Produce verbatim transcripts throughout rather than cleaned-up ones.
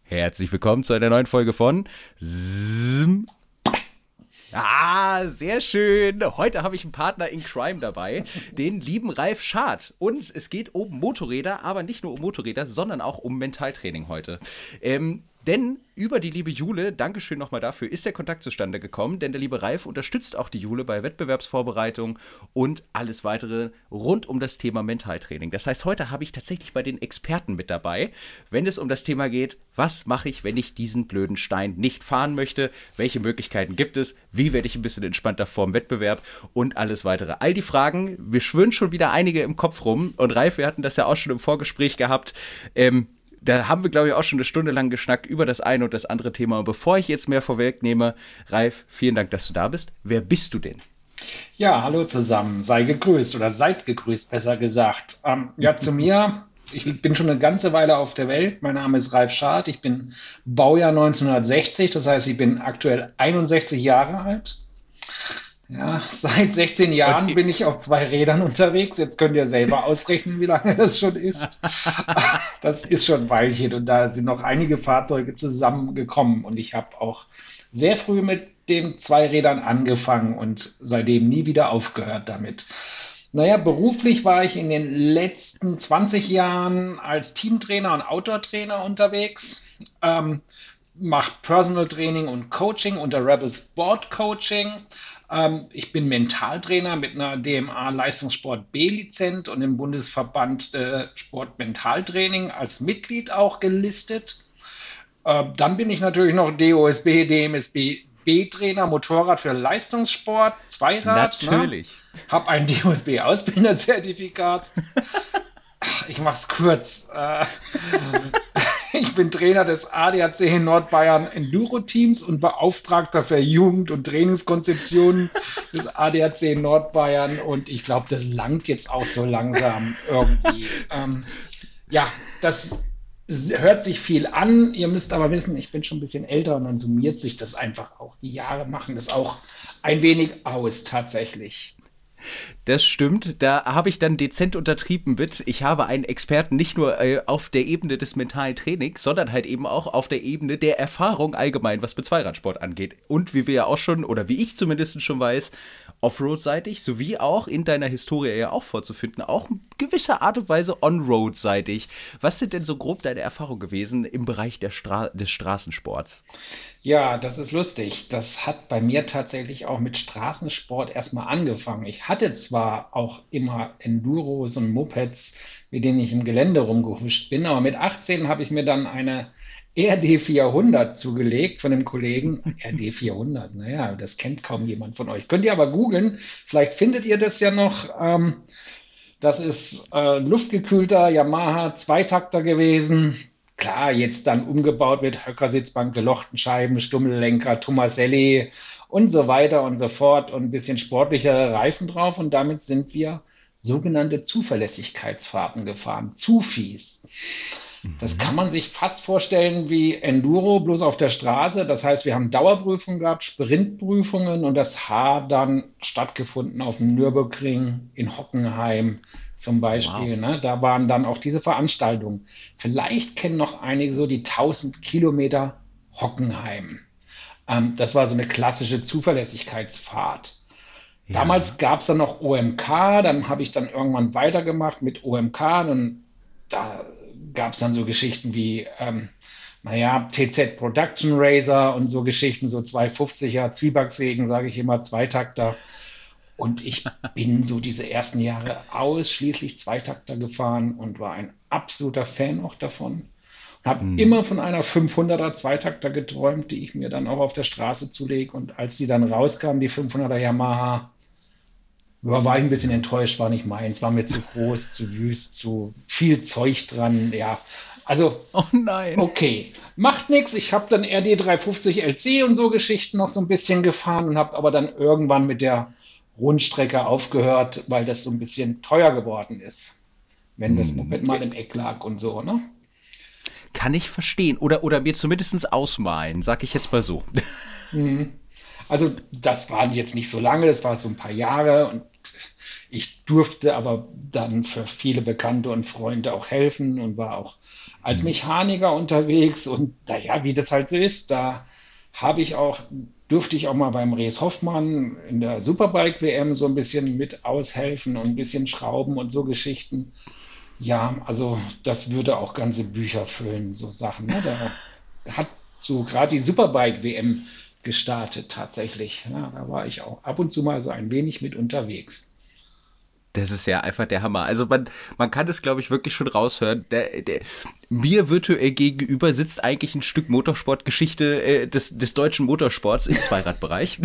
Herzlich willkommen zu einer neuen Folge von Zzm. Ah, sehr schön. Heute habe ich einen Partner in Crime dabei, den lieben Ralf Schad. Und es geht um Motorräder, aber nicht nur um Motorräder, sondern auch um Mentaltraining heute. Ähm, denn über die liebe Jule, Dankeschön nochmal dafür, ist der Kontakt zustande gekommen, denn der liebe Ralf unterstützt auch die Jule bei Wettbewerbsvorbereitung und alles weitere rund um das Thema Mentaltraining. Das heißt, heute habe ich tatsächlich bei den Experten mit dabei, wenn es um das Thema geht, was mache ich, wenn ich diesen blöden Stein nicht fahren möchte, welche Möglichkeiten gibt es, wie werde ich ein bisschen entspannter vorm Wettbewerb und alles weitere. All die Fragen, wir schwirren schon wieder einige im Kopf rum und Ralf, wir hatten das ja auch schon im Vorgespräch gehabt, ähm, Da haben wir, glaube ich, auch schon eine Stunde lang geschnackt über das eine und das andere Thema. Und bevor ich jetzt mehr vorwegnehme, Ralf, vielen Dank, dass du da bist. Wer bist du denn? Ja, hallo zusammen. Sei gegrüßt oder seid gegrüßt, besser gesagt. Ähm, ja, zu mir. Ich bin schon eine ganze Weile auf der Welt. Mein Name ist Ralf Schad. Ich bin Baujahr neunzehnhundertsechzig. Das heißt, ich bin aktuell einundsechzig Jahre alt. Ja, seit sechzehn Jahren Und bin ich auf zwei Rädern unterwegs. Jetzt könnt ihr selber ausrechnen, wie lange das schon ist. Das ist schon ein Weilchen und da sind noch einige Fahrzeuge zusammengekommen. Und ich habe auch sehr früh mit den zwei Rädern angefangen und seitdem nie wieder aufgehört damit. Naja, beruflich war ich in den letzten zwanzig Jahren als Teamtrainer und Outdoor-Trainer unterwegs. Ähm, mache Personal Training und Coaching unter Rebel Sport Coaching. Ähm, ich bin Mentaltrainer mit einer D M A Leistungssport B-Lizenz und im Bundesverband äh, Sport Mentaltraining als Mitglied auch gelistet. Äh, dann bin ich natürlich noch D O S B, D M S B B-Trainer, Motorrad für Leistungssport, Zweirad. Natürlich. Ne? Habe ein D O S B-Ausbilderzertifikat. Ich mache es kurz. Äh, Ich bin Trainer des A D A C Nordbayern Enduro-Teams und Beauftragter für Jugend- und Trainingskonzeptionen des A D A C Nordbayern. Und ich glaube, das langt jetzt auch so langsam irgendwie. Ähm, ja, das hört sich viel an. Ihr müsst aber wissen, ich bin schon ein bisschen älter und dann summiert sich das einfach auch. Die Jahre machen das auch ein wenig aus, tatsächlich. Das stimmt, da habe ich dann dezent untertrieben mit. Ich habe einen Experten nicht nur äh, auf der Ebene des mentalen Trainings, sondern halt eben auch auf der Ebene der Erfahrung allgemein, was mit Zweiradsport angeht. Und wie wir ja auch schon, oder wie ich zumindest schon weiß, Offroad-seitig, sowie auch in deiner Historie ja auch vorzufinden, auch in gewisser Art und Weise On-Road-seitig. Was sind denn so grob deine Erfahrungen gewesen im Bereich der Stra- des Straßensports? Ja, das ist lustig. Das hat bei mir tatsächlich auch mit Straßensport erstmal angefangen. Ich hatte zwar auch immer Enduros und Mopeds, mit denen ich im Gelände rumgehuscht bin, aber mit achtzehn habe ich mir dann eine R D vierhundert zugelegt von einem Kollegen. R D vierhundert, naja, das kennt kaum jemand von euch. Könnt ihr aber googeln, vielleicht findet ihr das ja noch. Ähm, das ist äh, luftgekühlter Yamaha Zweitakter gewesen. Klar, jetzt dann umgebaut mit Höckersitzbank, gelochten Scheiben, Stummellenker, Tomaselli und so weiter und so fort und ein bisschen sportlichere Reifen drauf. Und damit sind wir sogenannte Zuverlässigkeitsfahrten gefahren. Zufis. Das kann man sich fast vorstellen wie Enduro, bloß auf der Straße. Das heißt, wir haben Dauerprüfungen gehabt, Sprintprüfungen und das hat dann stattgefunden auf dem Nürburgring in Hockenheim zum Wow. Beispiel. Ne? Da waren dann auch diese Veranstaltungen. Vielleicht kennen noch einige so die tausend Kilometer Hockenheim. Ähm, das war so eine klassische Zuverlässigkeitsfahrt. Damals Ja. gab es dann noch O M K, dann habe ich dann irgendwann weitergemacht mit O M K. Und da gab es dann so Geschichten wie, ähm, naja, T Z Production Racer und so Geschichten, so zweihundertfünfziger Zwiebacksägen, sage ich immer, Zweitakter. Und ich bin so diese ersten Jahre ausschließlich Zweitakter gefahren und war ein absoluter Fan auch davon. Und habe Mhm. immer von einer fünfhunderter Zweitakter geträumt, die ich mir dann auch auf der Straße zulege. Und als die dann rauskam, die fünfhunderter Yamaha, ja, war ich ein bisschen enttäuscht, war nicht meins, war mir zu groß, zu wüst, zu viel Zeug dran. Ja, also Oh nein. okay, macht nichts. Ich habe dann R D dreihundertfünfzig L C und so Geschichten noch so ein bisschen gefahren und habe aber dann irgendwann mit der Rundstrecke aufgehört, weil das so ein bisschen teuer geworden ist, wenn das Hm. Moped mal im Eck lag und so, ne? Kann ich verstehen. Oder, oder mir zumindest ausmalen, sag ich jetzt mal so. Mhm. Also das waren jetzt nicht so lange, das war so ein paar Jahre und Ich durfte aber dann für viele Bekannte und Freunde auch helfen und war auch als Mhm. Mechaniker unterwegs. Und naja, wie das halt so ist, da habe ich auch, durfte ich auch mal beim Rees Hoffmann in der Superbike-W M so ein bisschen mit aushelfen und ein bisschen schrauben und so Geschichten. Ja, also das würde auch ganze Bücher füllen, so Sachen. Ne? Da hat so gerade die Superbike-W M gestartet tatsächlich. Ja, da war ich auch ab und zu mal so ein wenig mit unterwegs. Das ist ja einfach der Hammer. Also man, man kann es, glaube ich, wirklich schon raushören. Der, der, mir virtuell gegenüber sitzt eigentlich ein Stück Motorsportgeschichte äh, des, des deutschen Motorsports im Zweiradbereich.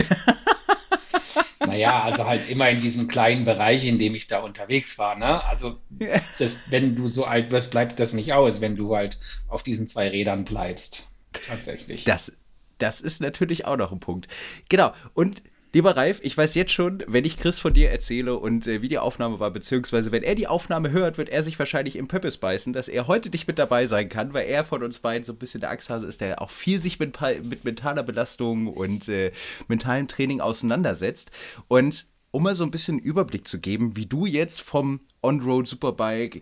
Naja, also halt immer in diesem kleinen Bereich, in dem ich da unterwegs war. Ne? Also das, wenn du so alt wirst, bleibt das nicht aus, wenn du halt auf diesen zwei Rädern bleibst. Tatsächlich. Das, das ist natürlich auch noch ein Punkt. Genau. Und lieber Ralf, ich weiß jetzt schon, wenn ich Chris von dir erzähle und äh, wie die Aufnahme war, beziehungsweise wenn er die Aufnahme hört, wird er sich wahrscheinlich im Pöppes beißen, dass er heute nicht mit dabei sein kann, weil er von uns beiden so ein bisschen der Achshase ist, der auch viel sich mit, mit mentaler Belastung und äh, mentalem Training auseinandersetzt. Und um mal so ein bisschen Überblick zu geben, wie du jetzt vom On-Road Superbike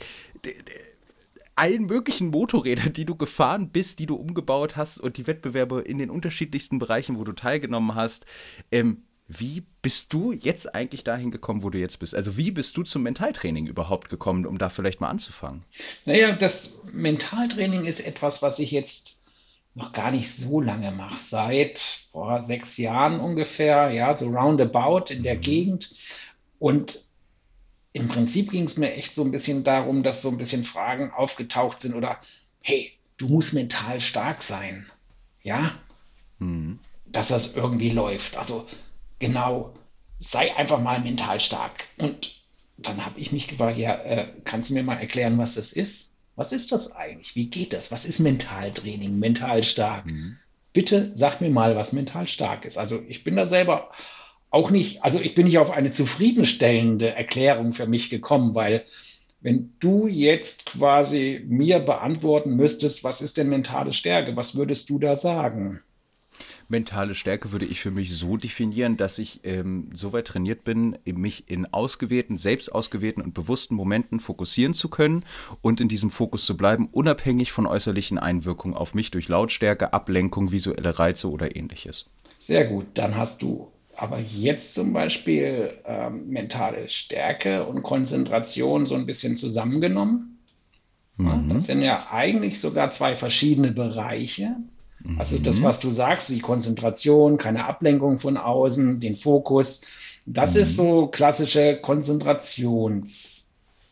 allen möglichen Motorrädern, die du gefahren bist, die du umgebaut hast und die Wettbewerbe in den unterschiedlichsten Bereichen, wo du teilgenommen hast, ähm, wie bist du jetzt eigentlich dahin gekommen, wo du jetzt bist? Also wie bist du zum Mentaltraining überhaupt gekommen, um da vielleicht mal anzufangen? Naja, das Mentaltraining ist etwas, was ich jetzt noch gar nicht so lange mache. Seit boah, sechs Jahren ungefähr, ja, so roundabout in der Mhm. Gegend. Und im Prinzip ging es mir echt so ein bisschen darum, dass so ein bisschen Fragen aufgetaucht sind oder, hey, du musst mental stark sein. Ja, Mhm. dass das irgendwie läuft. Also genau, sei einfach mal mental stark. Und dann habe ich mich gefragt, ja, äh, kannst du mir mal erklären, was das ist? Was ist das eigentlich? Wie geht das? Was ist Mentaltraining, mental stark? Mhm. Bitte sag mir mal, was mental stark ist. Also ich bin da selber auch nicht, also ich bin nicht auf eine zufriedenstellende Erklärung für mich gekommen, weil wenn du jetzt quasi mir beantworten müsstest, was ist denn mentale Stärke, was würdest du da sagen? Mentale Stärke würde ich für mich so definieren, dass ich ähm, so weit trainiert bin, mich in ausgewählten, selbst ausgewählten und bewussten Momenten fokussieren zu können und in diesem Fokus zu bleiben, unabhängig von äußerlichen Einwirkungen auf mich durch Lautstärke, Ablenkung, visuelle Reize oder ähnliches. Sehr gut, dann hast du aber jetzt zum Beispiel ähm, mentale Stärke und Konzentration so ein bisschen zusammengenommen. Ja, das Mhm. sind ja eigentlich sogar zwei verschiedene Bereiche. Also das, Mhm. was du sagst, die Konzentration, keine Ablenkung von außen, den Fokus, das ist Mhm. so klassische Konzentrationstraining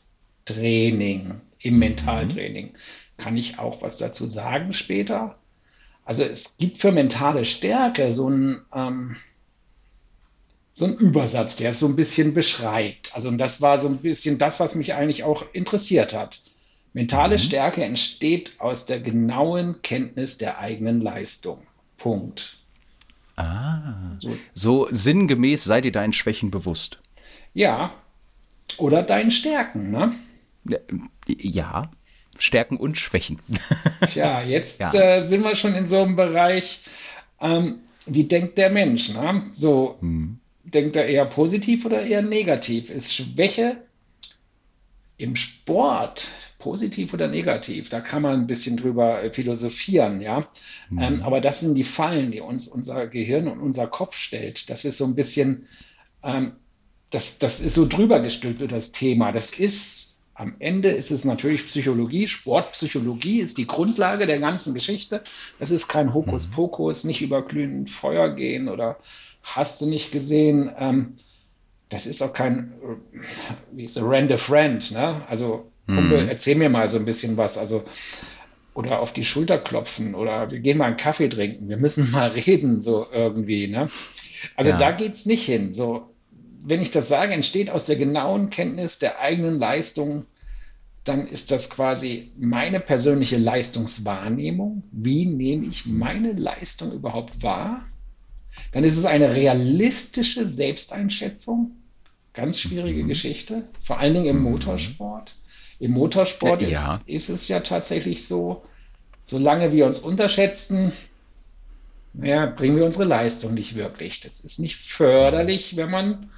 im Mhm. Mentaltraining. Kann ich auch was dazu sagen später? Also es gibt für mentale Stärke so ein ähm, so ein Übersatz, der es so ein bisschen beschreibt. Also und das war so ein bisschen das, was mich eigentlich auch interessiert hat. Mentale Mhm. Stärke entsteht aus der genauen Kenntnis der eigenen Leistung. Punkt. Ah. So, So sinngemäß sei dir deinen Schwächen bewusst. ja, oder deinen Stärken, ne? Ja, ja. Stärken und Schwächen. Tja, jetzt Ja. äh, sind wir schon in so einem Bereich, ähm, wie denkt der Mensch, ne? So, Mhm. denkt er eher positiv oder eher negativ? Ist Schwäche im Sport, positiv oder negativ, da kann man ein bisschen drüber äh, philosophieren, ja. Ähm, Mhm. aber das sind die Fallen, die uns unser Gehirn und unser Kopf stellt. Das ist so ein bisschen, ähm, das, das ist so drüber gestülpt über das Thema. Das ist, am Ende ist es natürlich Psychologie, Sportpsychologie ist die Grundlage der ganzen Geschichte. Das ist kein Mhm. Hokuspokus, nicht über glühend Feuer gehen oder hast du nicht gesehen. Ähm, das ist auch kein, wie ist Rent a Friend, ne? Also, Kumpel, Mhm. erzähl mir mal so ein bisschen was. Also, oder auf die Schulter klopfen oder wir gehen mal einen Kaffee trinken. Wir müssen mal reden, so irgendwie, ne? Also da Ja. geht's nicht hin. So, wenn ich das sage, entsteht aus der genauen Kenntnis der eigenen Leistung, dann ist das quasi meine persönliche Leistungswahrnehmung. Wie nehme ich Mhm. meine Leistung überhaupt wahr? Dann ist es eine realistische Selbsteinschätzung. Ganz schwierige Mhm. Geschichte, vor allen Dingen im Mhm. Motorsport. Im Äh, Motorsport Ja. ist, ist es ja tatsächlich so, solange wir uns unterschätzen, naja, bringen wir unsere Leistung nicht wirklich. Das ist nicht Mhm. förderlich, wenn man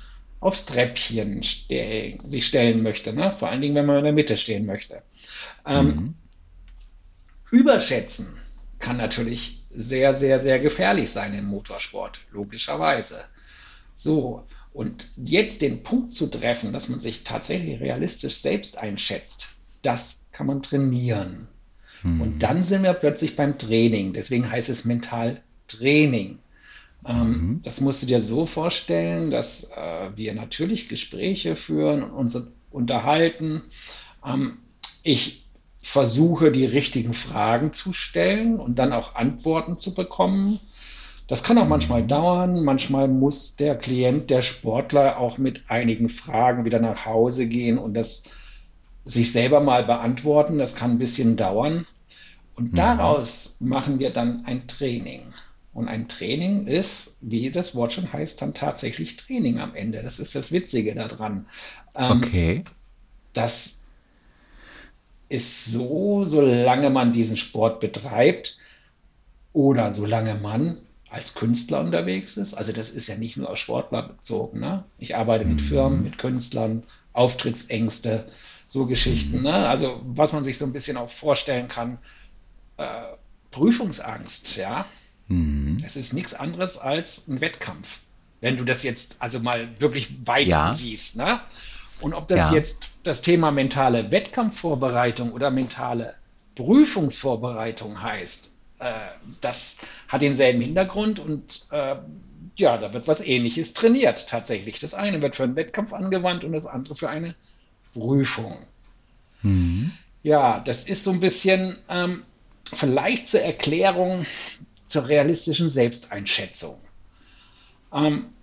aufs Treppchen ste sich stellen möchte, ne? Vor allen Dingen, wenn man in der Mitte stehen möchte. Ähm, Mhm. Überschätzen kann natürlich sehr, sehr, sehr gefährlich sein im Motorsport, logischerweise. So, und jetzt den Punkt zu treffen, dass man sich tatsächlich realistisch selbst einschätzt, das kann man trainieren. Und Mhm. dann sind wir plötzlich beim Training. Deswegen heißt es Mentaltraining. Ähm, Mhm. das musst du dir so vorstellen, dass äh, wir natürlich Gespräche führen und uns unterhalten. Ähm, ich versuche, die richtigen Fragen zu stellen und dann auch Antworten zu bekommen. Das kann auch manchmal Mhm. dauern. Manchmal muss der Klient, der Sportler auch mit einigen Fragen wieder nach Hause gehen und das sich selber mal beantworten. Das kann ein bisschen dauern. Und Mhm. daraus machen wir dann ein Training. Und ein Training ist, wie das Wort schon heißt, dann tatsächlich Training am Ende. Das ist das Witzige daran. Ähm, Okay. das ist so, solange man diesen Sport betreibt oder solange man als Künstler unterwegs ist. Also das ist ja nicht nur auf Sportler bezogen. Ne? Ich arbeite mit Firmen, Mhm. mit Künstlern, Auftrittsängste, so Geschichten. Mhm. Ne? Also was man sich so ein bisschen auch vorstellen kann, Prüfungsangst, ja. Mhm. Das ist nichts anderes als ein Wettkampf. Wenn du das jetzt also mal wirklich weit Ja, siehst, ne? Und ob das ja. jetzt das Thema mentale Wettkampfvorbereitung oder mentale Prüfungsvorbereitung heißt, äh, das hat denselben Hintergrund und äh, ja, da wird was Ähnliches trainiert tatsächlich. Das eine wird für einen Wettkampf angewandt und das andere für eine Prüfung. Mhm. Ja, das ist so ein bisschen ähm, vielleicht zur Erklärung zur realistischen Selbsteinschätzung. Ähm,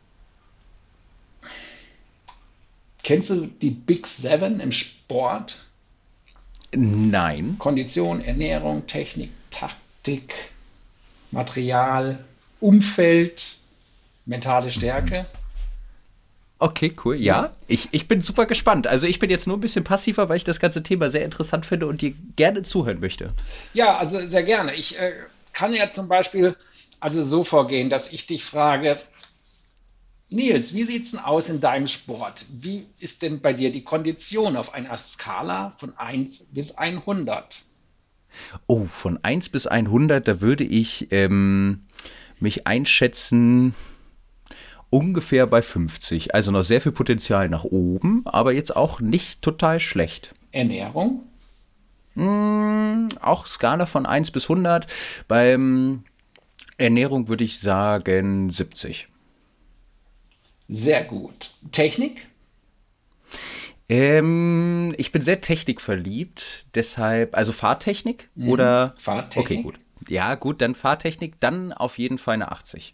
Kennst du die Big Seven im Sport? Nein. Kondition, Ernährung, Technik, Taktik, Material, Umfeld, mentale Mhm. Stärke. Okay, cool. Ja, Ja, ich, ich bin super gespannt. Also ich bin jetzt nur ein bisschen passiver, weil ich das ganze Thema sehr interessant finde und dir gerne zuhören möchte. ja, also sehr gerne. Ich äh, kann ja zum Beispiel also so vorgehen, dass ich dich frage, Nils, wie sieht's denn aus in deinem Sport? Wie ist denn bei dir die Kondition auf einer Skala von eins bis hundert? Oh, von eins bis hundert, da würde ich ähm, mich einschätzen ungefähr bei fünfzig. Also noch sehr viel Potenzial nach oben, aber jetzt auch nicht total schlecht. Ernährung? Mm, auch Skala von eins bis hundert. Beim Ernährung würde ich sagen siebzig. Sehr gut. Technik? Ähm, ich bin sehr technikverliebt, deshalb, also Fahrtechnik Mhm. oder? Okay, Fahrtechnik? gut. Ja, gut, dann Fahrtechnik, dann auf jeden Fall eine achtzig.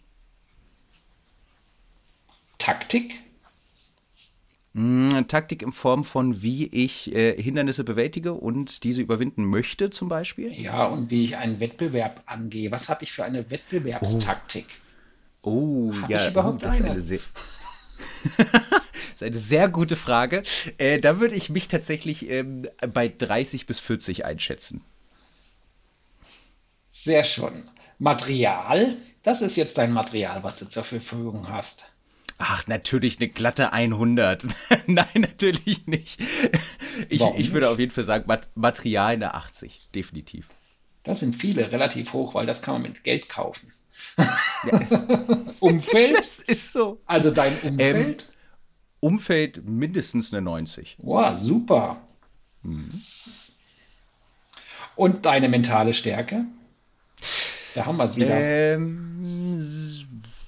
Taktik? Mm, Taktik in Form von, wie ich äh, Hindernisse bewältige und diese überwinden möchte, zum Beispiel. Ja, und wie ich einen Wettbewerb angehe. Was habe ich für eine Oh, Wettbewerbstaktik? oh, Habe ich ja, oh, überhaupt das ist eine? eine sehr, das ist eine sehr gute Frage. Äh, da würde ich mich tatsächlich ähm, bei dreißig bis vierzig einschätzen. Sehr schön. Material? Das ist jetzt dein Material, was du zur Verfügung hast. Ach, natürlich eine glatte hundert. Nein, natürlich nicht. Ich, Warum ich würde auf nicht? jeden Fall sagen, Mat Material eine achtzig, definitiv. Das sind viele relativ hoch, weil das kann man mit Geld kaufen. Ja, Umfeld? das ist so. Also dein Ähm, Umfeld? Umfeld mindestens eine neunzig. Wow, super. Hm. Und deine mentale Stärke? Da haben wir es wieder. Ähm, s-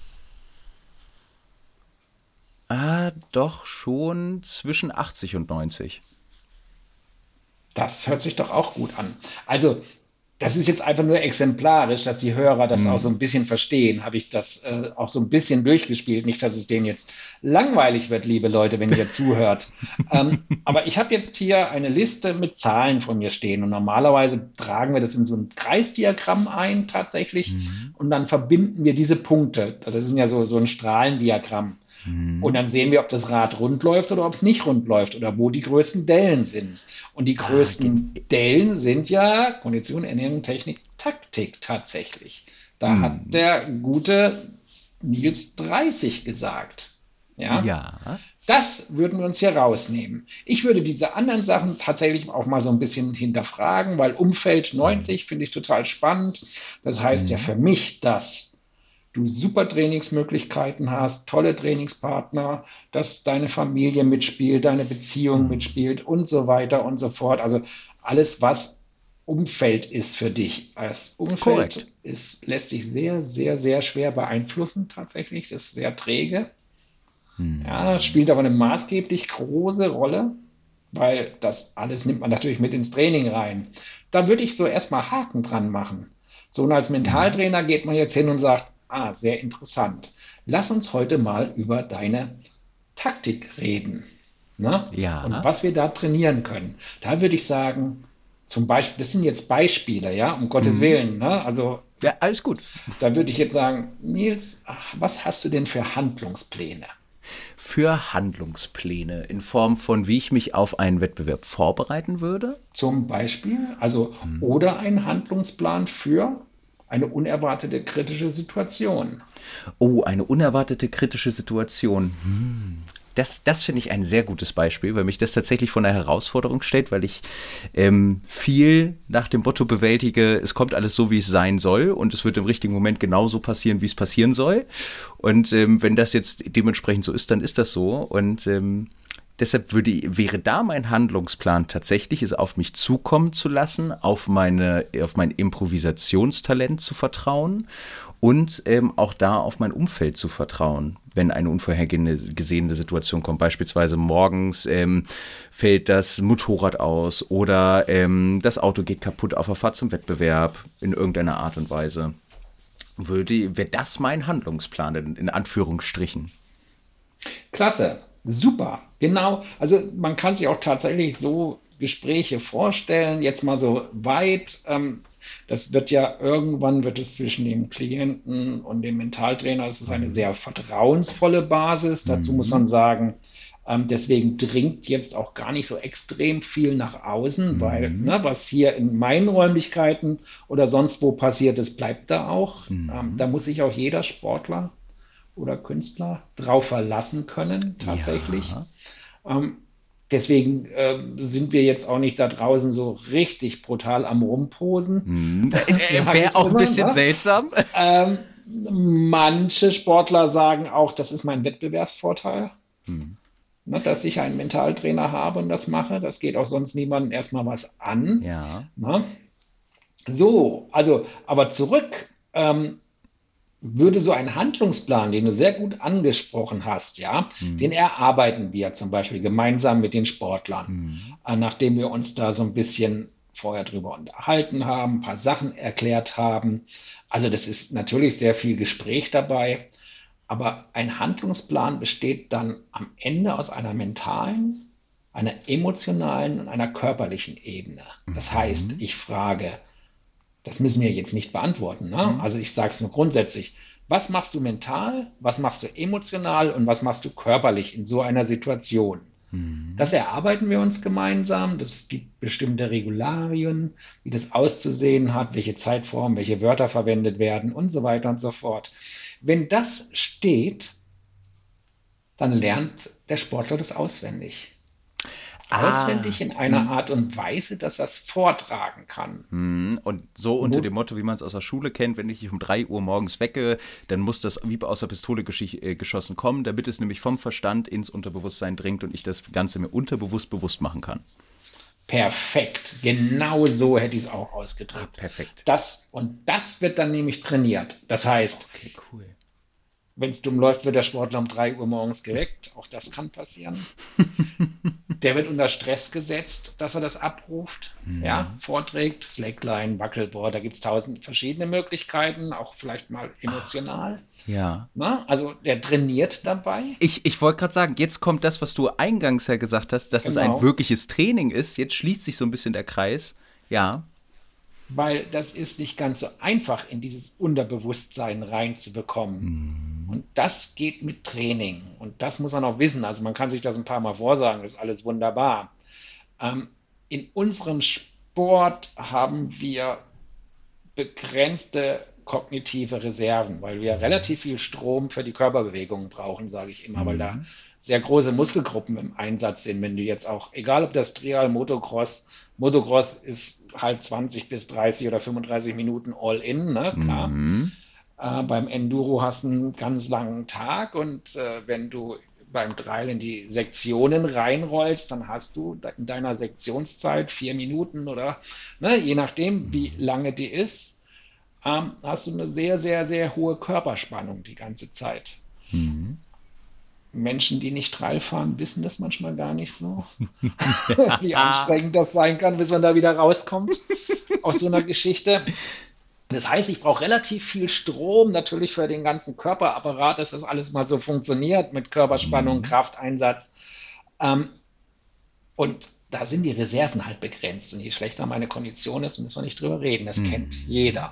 ah, doch schon zwischen achtzig und neunzig. Das hört sich doch auch gut an. Also, das ist jetzt einfach nur exemplarisch, dass die Hörer das auch so Hm. ein bisschen verstehen. Habe ich das äh, auch so ein bisschen durchgespielt. Nicht, dass es denen jetzt langweilig wird, liebe Leute, wenn ihr zuhört. Ähm, aber ich habe jetzt hier eine Liste mit Zahlen von mir stehen. Und normalerweise tragen wir das in so ein Kreisdiagramm ein, tatsächlich. Hm. Und dann verbinden wir diese Punkte. Das ist ja so, so ein Strahlendiagramm. Und Hm. dann sehen wir, ob das Rad rund läuft oder ob es nicht rund läuft oder wo die größten Dellen sind. Und die Ah, ge- größten Dellen sind ja Kondition, Ernährung, Technik, Taktik tatsächlich. Da hat hm. der gute Nils dreißig gesagt. Ja, Ja. Das würden wir uns hier rausnehmen. Ich würde diese anderen Sachen tatsächlich auch mal so ein bisschen hinterfragen, weil Umfeld neunzig finde ich total spannend. Das heißt ja Mhm. für mich, dass du super Trainingsmöglichkeiten hast, tolle Trainingspartner, dass deine Familie mitspielt, deine Beziehung Mhm. mitspielt und so weiter und so fort. Also alles, was Umfeld ist für dich. Das Umfeld Korrekt. ist, lässt sich sehr, sehr, sehr schwer beeinflussen tatsächlich. Das ist sehr träge. Ja, Mhm. spielt aber eine maßgeblich große Rolle, weil das alles nimmt man natürlich mit ins Training rein. Da würde ich so erstmal Haken dran machen. So und als Mhm. Mentaltrainer geht man jetzt hin und sagt, ah, sehr interessant. Lass uns heute mal über deine Taktik reden. Ne? Und Ja. was wir da trainieren können. Da würde ich sagen, zum Beispiel, das sind jetzt Beispiele, ja, um Gottes Mhm. Willen. Ne? Also Ja, alles gut. da würde ich jetzt sagen, Nils, ach, was hast du denn für Handlungspläne? Für Handlungspläne in Form von, wie ich mich auf einen Wettbewerb vorbereiten würde. Zum Beispiel, also Mhm. oder ein Handlungsplan für eine unerwartete kritische Situation. Oh, eine unerwartete kritische Situation. Das, das finde ich ein sehr gutes Beispiel, weil mich das tatsächlich vor eine Herausforderung stellt, weil ich ähm, viel nach dem Motto bewältige, es kommt alles so, wie es sein soll und es wird im richtigen Moment genauso passieren, wie es passieren soll. Und ähm, wenn das jetzt dementsprechend so ist, dann ist das so. Und ähm, deshalb würde, wäre da mein Handlungsplan tatsächlich, es auf mich zukommen zu lassen, auf meine, auf mein Improvisationstalent zu vertrauen und ähm, auch da auf mein Umfeld zu vertrauen, wenn eine unvorhergesehene Situation kommt. Beispielsweise morgens ähm, fällt das Motorrad aus oder ähm, das Auto geht kaputt auf der Fahrt zum Wettbewerb in irgendeiner Art und Weise. Würde, wäre das mein Handlungsplan in, in Anführungsstrichen. Klasse, super, genau. Also man kann sich auch tatsächlich so Gespräche vorstellen, jetzt mal so weit. Ähm, das wird ja irgendwann wird es zwischen dem Klienten und dem Mentaltrainer, das ist eine Mhm. sehr vertrauensvolle Basis. Dazu muss man Mhm. sagen, ähm, deswegen dringt jetzt auch gar nicht so extrem viel nach außen, weil Mhm. ne, was hier in meinen Räumlichkeiten oder sonst wo passiert ist, bleibt da auch. Ähm, da Mhm. muss sich auch jeder Sportler oder Künstler drauf verlassen können, tatsächlich. Ja. Ähm, deswegen äh, sind wir jetzt auch nicht da draußen so richtig brutal am Rumposen, Hm. Äh, äh, sage Wäre ich auch ein immer. bisschen Ne? seltsam. Ähm, manche Sportler sagen auch, das ist mein Wettbewerbsvorteil, Hm. ne, dass ich einen Mentaltrainer habe und das mache. Das geht auch sonst niemandem erstmal was an. Ja. Ne? So, also, aber zurück. Ähm, würde so ein Handlungsplan, den du sehr gut angesprochen hast, ja, den Hm. erarbeiten wir zum Beispiel gemeinsam mit den Sportlern, Hm. äh, nachdem wir uns da so ein bisschen vorher drüber unterhalten haben, ein paar Sachen erklärt haben. Also das ist natürlich sehr viel Gespräch dabei, aber ein Handlungsplan besteht dann am Ende aus einer mentalen, einer emotionalen und einer körperlichen Ebene. Das heißt, Mhm. ich frage, das müssen wir jetzt nicht beantworten. Ne? Hm. Also ich sage es nur grundsätzlich. Was machst du mental, was machst du emotional und was machst du körperlich in so einer Situation? Das Hm. erarbeiten wir uns gemeinsam. Das gibt bestimmte Regularien, wie das auszusehen hat, welche Zeitformen, welche Wörter verwendet werden und so weiter und so fort. Wenn das steht, dann lernt der Sportler das auswendig. Auswendig Ah. in einer Hm. Art und Weise, dass er es vortragen kann. Hm. Und so unter dem Not Motto, wie man es aus der Schule kennt, wenn ich dich um drei Uhr morgens wecke, dann muss das wie aus der Pistole geschi- äh, geschossen kommen, damit es nämlich vom Verstand ins Unterbewusstsein dringt und ich das Ganze mir unterbewusst bewusst machen kann. Perfekt. Genau so hätte ich es auch Ah, ausgedrückt. perfekt. Das, und das wird dann nämlich trainiert. Das heißt, Okay, cool. wenn es dumm läuft, wird der Sportler um drei Uhr morgens geweckt. Auch das kann passieren. Der wird unter Stress gesetzt, dass er das abruft, ja, Hm. vorträgt, Slackline, Wackelboard, da gibt es tausend verschiedene Möglichkeiten, auch vielleicht mal emotional. Ja. Na, also der trainiert dabei. Ich, ich wollte gerade sagen, jetzt kommt das, was du eingangs ja gesagt hast, dass es ein Genau. wirkliches Training ist. Jetzt schließt sich so ein bisschen der Kreis. Ja. Weil das ist nicht ganz so einfach, in dieses Unterbewusstsein reinzubekommen. Hm. Und das geht mit Training. Und das muss man auch wissen. Also man kann sich das ein paar Mal vorsagen, das ist alles wunderbar. Ähm, in unserem Sport haben wir begrenzte kognitive Reserven, weil wir relativ viel Strom für die Körperbewegungen brauchen, sage ich immer, weil da Hm. sehr große Muskelgruppen im Einsatz sind. Wenn du jetzt auch, egal ob das Trial, Motocross, Motocross ist halt zwanzig bis dreißig oder fünfunddreißig Minuten all in, ne, klar. Mhm. Äh, beim Enduro hast du einen ganz langen Tag und äh, wenn du beim Trial in die Sektionen reinrollst, dann hast du in deiner Sektionszeit vier Minuten oder ne, je nachdem, wie lange die ist, ähm, hast du eine sehr, sehr, sehr hohe Körperspannung die ganze Zeit. Mhm. Menschen, die nicht Trail fahren, wissen das manchmal gar nicht so, wie anstrengend das sein kann, bis man da wieder rauskommt aus so einer Geschichte. Das heißt, ich brauche relativ viel Strom natürlich für den ganzen Körperapparat, dass das alles mal so funktioniert mit Körperspannung, Krafteinsatz. Ähm, und da sind die Reserven halt begrenzt. Und je schlechter meine Kondition ist, müssen wir nicht drüber reden. Das kennt jeder.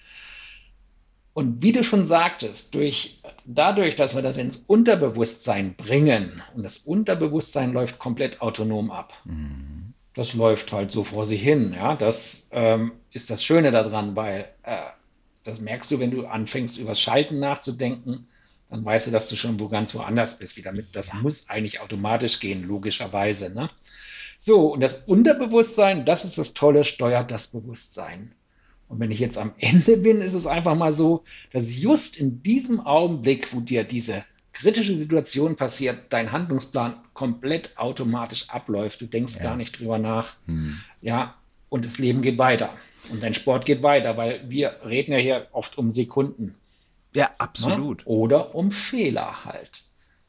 Und wie du schon sagtest, durch, dadurch, dass wir das ins Unterbewusstsein bringen, und das Unterbewusstsein läuft komplett autonom ab. Mhm. Das läuft halt so vor sich hin. Ja, das ähm, ist das Schöne daran, weil äh, das merkst du, wenn du anfängst, über das Schalten nachzudenken, dann weißt du, dass du schon wo ganz woanders bist. Wieder mit, das muss eigentlich automatisch gehen, logischerweise. Ne? So, und das Unterbewusstsein, das ist das Tolle, steuert das Bewusstsein. Und wenn ich jetzt am Ende bin, ist es einfach mal so, dass just in diesem Augenblick, wo dir diese kritische Situation passiert, dein Handlungsplan komplett automatisch abläuft. Du denkst Ja. gar nicht drüber nach. Hm. Ja, und das Leben geht weiter. Und dein Sport geht weiter, weil wir reden ja hier oft um Sekunden. Ja, Ne? absolut. Oder um Fehler halt.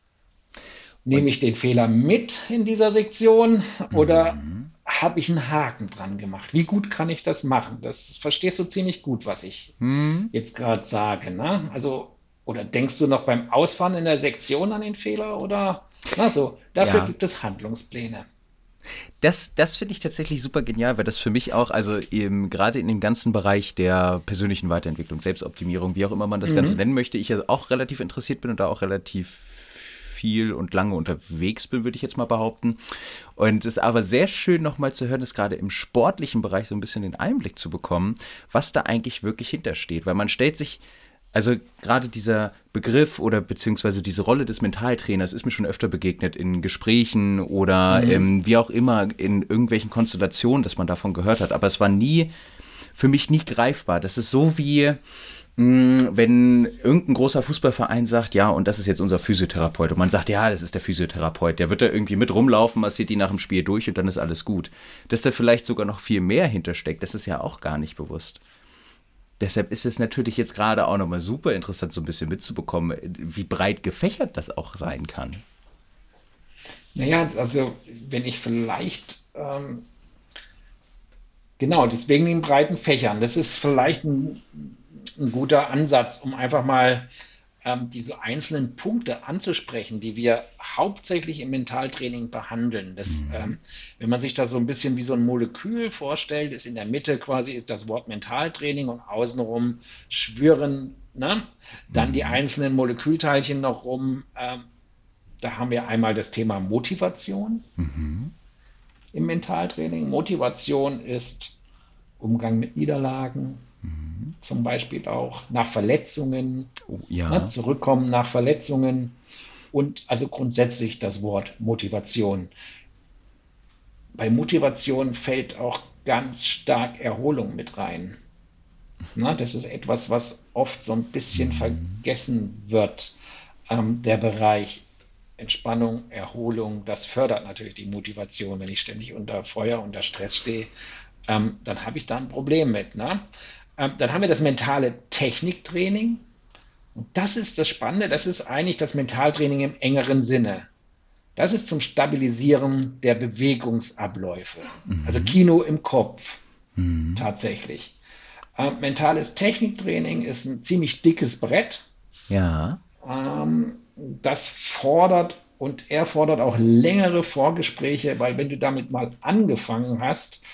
Nehme ich den Fehler mit in dieser Sektion oder Mhm. habe ich einen Haken dran gemacht? Wie gut kann ich das machen? Das verstehst du ziemlich gut, was ich Hm. jetzt gerade sage. Ne? Also, oder denkst du noch beim Ausfahren in der Sektion an den Fehler? Oder na so, dafür Ja. gibt es Handlungspläne. Das, das finde ich tatsächlich super genial, weil das für mich auch, also eben gerade in dem ganzen Bereich der persönlichen Weiterentwicklung, Selbstoptimierung, wie auch immer man das Ganze Mhm. nennen möchte, ich ja auch relativ interessiert bin und da auch relativ viel und lange unterwegs bin, würde ich jetzt mal behaupten. Und es ist aber sehr schön nochmal zu hören, ist gerade im sportlichen Bereich so ein bisschen den Einblick zu bekommen, was da eigentlich wirklich hintersteht. Weil man stellt sich, also gerade dieser Begriff oder beziehungsweise diese Rolle des Mentaltrainers ist mir schon öfter begegnet in Gesprächen oder Mhm. ähm, wie auch immer in irgendwelchen Konstellationen, dass man davon gehört hat. Aber es war nie, für mich nie greifbar. Das ist so wie, mh, wenn irgendein großer Fußballverein sagt, ja, und das ist jetzt unser Physiotherapeut. Und man sagt, ja, das ist der Physiotherapeut. Der wird da irgendwie mit rumlaufen, massiert die nach dem Spiel durch und dann ist alles gut. Dass da vielleicht sogar noch viel mehr hintersteckt, das ist ja auch gar nicht bewusst. Deshalb ist es natürlich jetzt gerade auch nochmal super interessant, so ein bisschen mitzubekommen, wie breit gefächert das auch sein kann. Naja, also wenn ich vielleicht, ähm, genau, deswegen den breiten Fächern, das ist vielleicht ein, ein guter Ansatz, um einfach mal ähm, diese einzelnen Punkte anzusprechen, die wir hauptsächlich im Mentaltraining behandeln. Das, ähm, wenn man sich das so ein bisschen wie so ein Molekül vorstellt, ist in der Mitte quasi ist das Wort Mentaltraining und außenrum schwirren, ne? Dann die einzelnen Molekülteilchen noch rum. Ähm, da haben wir einmal das Thema Motivation im Mentaltraining. Motivation ist Umgang mit Niederlagen, zum Beispiel auch nach Verletzungen, Oh, ne, ja. zurückkommen nach Verletzungen und also grundsätzlich das Wort Motivation. Bei Motivation fällt auch ganz stark Erholung mit rein. Ne, das ist etwas, was oft so ein bisschen vergessen wird. Ähm, der Bereich Entspannung, Erholung, das fördert natürlich die Motivation. Wenn ich ständig unter Feuer, unter Stress stehe, ähm, dann habe ich da ein Problem mit. Ne? Ähm, dann haben wir das mentale Techniktraining. Und das ist das Spannende, das ist eigentlich das Mentaltraining im engeren Sinne. Das ist zum Stabilisieren der Bewegungsabläufe. Also Kino im Kopf tatsächlich. Ähm, mentales Techniktraining ist ein ziemlich dickes Brett. Ja. Ähm, das fordert und er fordert auch längere Vorgespräche, weil wenn du damit mal angefangen hast,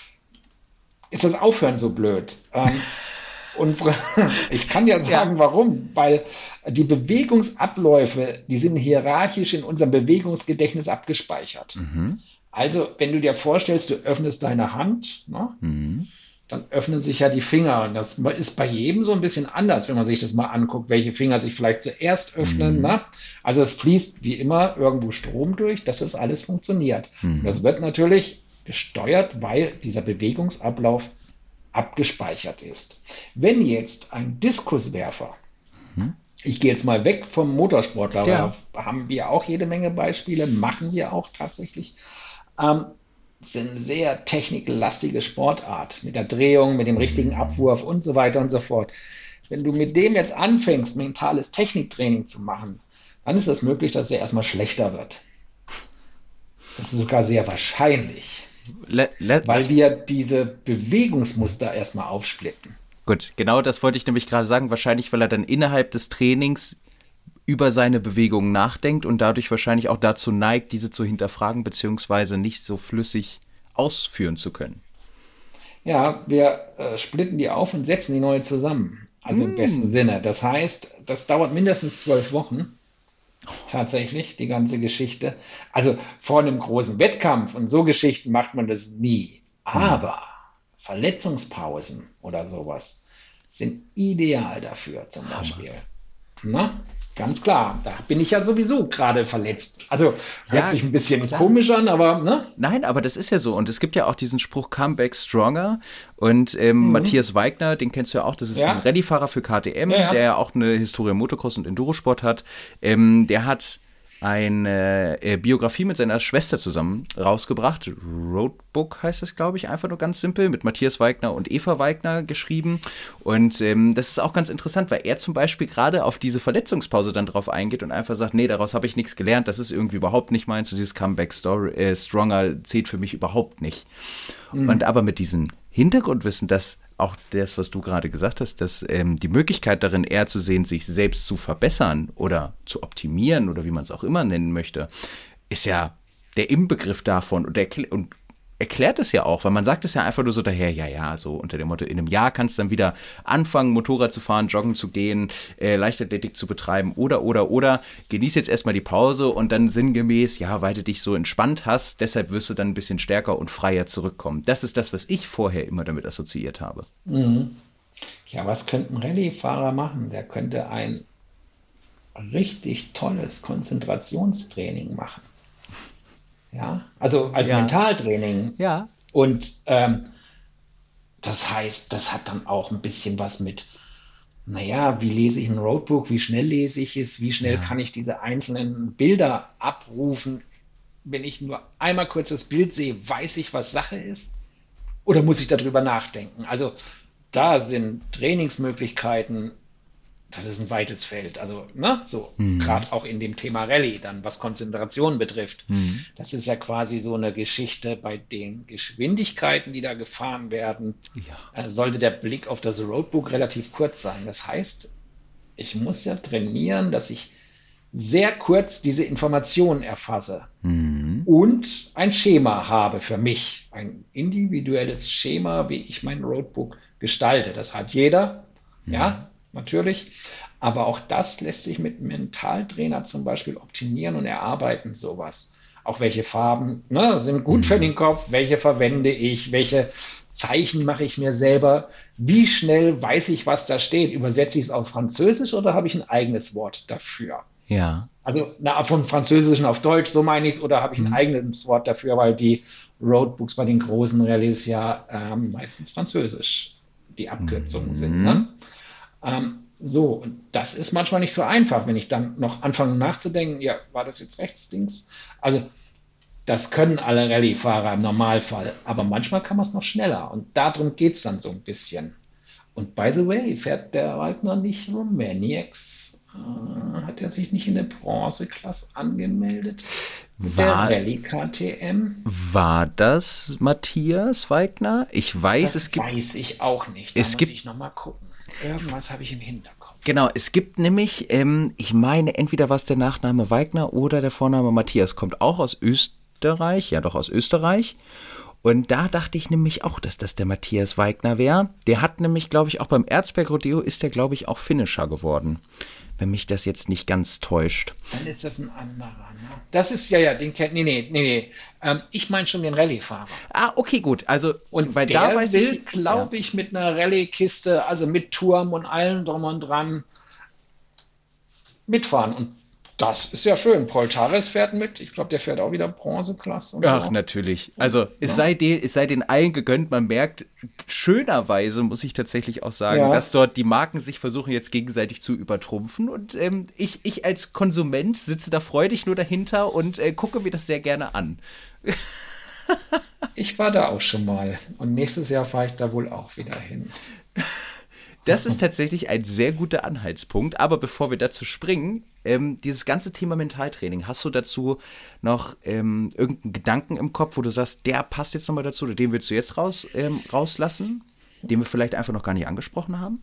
ist das Aufhören so blöd. Ähm, unsere, ich kann ja sagen, warum, weil die Bewegungsabläufe, die sind hierarchisch in unserem Bewegungsgedächtnis abgespeichert. Mhm. Also, wenn du dir vorstellst, du öffnest deine Hand, ne? Mhm. dann öffnen sich ja die Finger. Und das ist bei jedem so ein bisschen anders, wenn man sich das mal anguckt, welche Finger sich vielleicht zuerst öffnen. Mhm. Ne? Also es fließt wie immer irgendwo Strom durch, dass das alles funktioniert. Und Mhm. das wird natürlich gesteuert, weil dieser Bewegungsablauf abgespeichert ist. Wenn jetzt ein Diskuswerfer, Mhm. ich gehe jetzt mal weg vom Motorsportler, Ja. da haben wir auch jede Menge Beispiele, machen wir auch tatsächlich. Ähm, es ist eine sehr techniklastige Sportart mit der Drehung, mit dem richtigen Abwurf und so weiter und so fort. Wenn du mit dem jetzt anfängst, mentales Techniktraining zu machen, dann ist es möglich, dass er erstmal schlechter wird. Das ist sogar sehr wahrscheinlich, Le le weil lass wir diese Bewegungsmuster erstmal aufsplitten. Gut, genau das wollte ich nämlich gerade sagen. Wahrscheinlich, weil er dann innerhalb des Trainings über seine Bewegungen nachdenkt und dadurch wahrscheinlich auch dazu neigt, diese zu hinterfragen, beziehungsweise nicht so flüssig ausführen zu können. Ja, wir äh, splitten die auf und setzen die neu zusammen. Also im besten Mm. Sinne. Das heißt, das dauert mindestens zwölf Wochen, tatsächlich, die ganze Geschichte. Also vor einem großen Wettkampf und so Geschichten macht man das nie. Hm. Aber Verletzungspausen oder sowas sind ideal dafür, zum Hammer. Beispiel. Na, ganz klar, da bin ich ja sowieso gerade verletzt. Also hört Ja, sich ein bisschen klar. komisch an, aber ne? Nein, aber das ist ja so. Und es gibt ja auch diesen Spruch Come back stronger. Und ähm, Mhm. Matthias Weigner, den kennst du ja auch, das ist ein Ja, Rallyefahrer für ja, K T M, der ja. ja auch eine Historie im Motocross und Endurosport hat. Ähm, der hat eine äh, Biografie mit seiner Schwester zusammen rausgebracht. Roadbook heißt es, glaube ich, einfach nur ganz simpel, mit Matthias Weigner und Eva Weigner geschrieben. Und ähm, das ist auch ganz interessant, weil er zum Beispiel gerade auf diese Verletzungspause dann drauf eingeht und einfach sagt, nee, daraus habe ich nichts gelernt, das ist irgendwie überhaupt nicht meins, so dieses Comeback Story, äh, Stronger zählt für mich überhaupt nicht. Und Mhm. aber mit diesem Hintergrundwissen, dass auch das, was du gerade gesagt hast, dass ähm, die Möglichkeit darin eher zu sehen, sich selbst zu verbessern oder zu optimieren oder wie man es auch immer nennen möchte, ist ja der Inbegriff davon und, erkl und erklärt es ja auch, weil man sagt es ja einfach nur so daher, ja, ja, so unter dem Motto, in einem Jahr kannst du dann wieder anfangen, Motorrad zu fahren, joggen zu gehen, äh, Leichtathletik zu betreiben oder, oder, oder, genieß jetzt erstmal die Pause und dann sinngemäß, ja, weil du dich so entspannt hast, deshalb wirst du dann ein bisschen stärker und freier zurückkommen. Das ist das, was ich vorher immer damit assoziiert habe. Mhm. Ja, was könnte ein Rallye-Fahrer machen? Der könnte ein richtig tolles Konzentrationstraining machen. Ja, also als Ja, Mentaltraining. ja. Und ähm, das heißt, das hat dann auch ein bisschen was mit, naja, wie lese ich ein Roadbook, wie schnell lese ich es, wie schnell Ja. kann ich diese einzelnen Bilder abrufen. Wenn ich nur einmal kurz das Bild sehe, weiß ich, was Sache ist? Oder muss ich darüber nachdenken? Also da sind Trainingsmöglichkeiten, das ist ein weites Feld. Also, ne, so Hm. gerade auch in dem Thema Rallye, dann was Konzentration betrifft. Hm. Das ist ja quasi so eine Geschichte bei den Geschwindigkeiten, die da gefahren werden. Ja. Äh, sollte der Blick auf das Roadbook relativ kurz sein. Das heißt, ich muss ja trainieren, dass ich sehr kurz diese Informationen erfasse Hm. und ein Schema habe für mich, ein individuelles Schema, wie ich mein Roadbook gestalte. Das hat jeder, Hm. ja, natürlich. Aber auch das lässt sich mit einem Mentaltrainer zum Beispiel optimieren und erarbeiten, sowas. Auch welche Farben, ne, sind gut für Hm. den Kopf, welche verwende ich, welche Zeichen mache ich mir selber, wie schnell weiß ich, was da steht. Übersetze ich es auf Französisch oder habe ich ein eigenes Wort dafür? Ja. Also na, von Französischen auf Deutsch, so meine ich es, oder habe ich ein Hm. eigenes Wort dafür, weil die Roadbooks bei den großen Rallyes ja ähm, meistens Französisch die Abkürzungen sind. Hm. Ne? Ähm, so, und das ist manchmal nicht so einfach, wenn ich dann noch anfange nachzudenken, ja, war das jetzt rechts, links? Also, das können alle Rallye-Fahrer im Normalfall, aber manchmal kann man es noch schneller und darum geht es dann so ein bisschen. Und by the way, fährt der Waldner nicht Romaniacs? Äh, hat er sich nicht in der Bronzeklasse angemeldet mit der War, Rallye K T M? war das Matthias Weigner? Ich weiß, es Das gibt, weiß ich auch nicht. Da es muss gibt ich nochmal gucken. Irgendwas habe ich im Hinterkopf. Genau, es gibt nämlich, ähm, ich meine, entweder war es der Nachname Weigner oder der Vorname Matthias, kommt auch aus Österreich, ja doch aus Österreich. Und da dachte ich nämlich auch, dass das der Matthias Weigner wäre. Der hat nämlich, glaube ich, auch beim Erzberg Rodeo ist der, glaube ich, auch Finisher geworden. Wenn mich das jetzt nicht ganz täuscht. Dann ist das ein anderer. Ne? Das ist ja, ja, den kennt, nee, nee, nee, nee. Ähm, ich meine schon den Rallye-Fahrer. Ah, okay, gut. Also, Und weil der da weiß will, ich, glaube ja. ich, mit einer Rallye-Kiste, also mit Turm und allem drum und dran, mitfahren. Und das ist ja schön. Paul Tares fährt mit. Ich glaube, der fährt auch wieder Bronzeklasse und Ach, so. natürlich. Also, es Ja. sei, den, es sei den allen gegönnt. Man merkt, schönerweise muss ich tatsächlich auch sagen, Ja. dass dort die Marken sich versuchen, jetzt gegenseitig zu übertrumpfen. Und ähm, ich, ich als Konsument sitze da freudig nur dahinter und äh, gucke mir das sehr gerne an. Ich war da auch schon mal. Und nächstes Jahr fahre ich da wohl auch wieder hin. Das ist tatsächlich ein sehr guter Anhaltspunkt. Aber bevor wir dazu springen, ähm, dieses ganze Thema Mentaltraining, hast du dazu noch ähm, irgendeinen Gedanken im Kopf, wo du sagst, der passt jetzt nochmal dazu oder den willst du jetzt raus, ähm, rauslassen, den wir vielleicht einfach noch gar nicht angesprochen haben?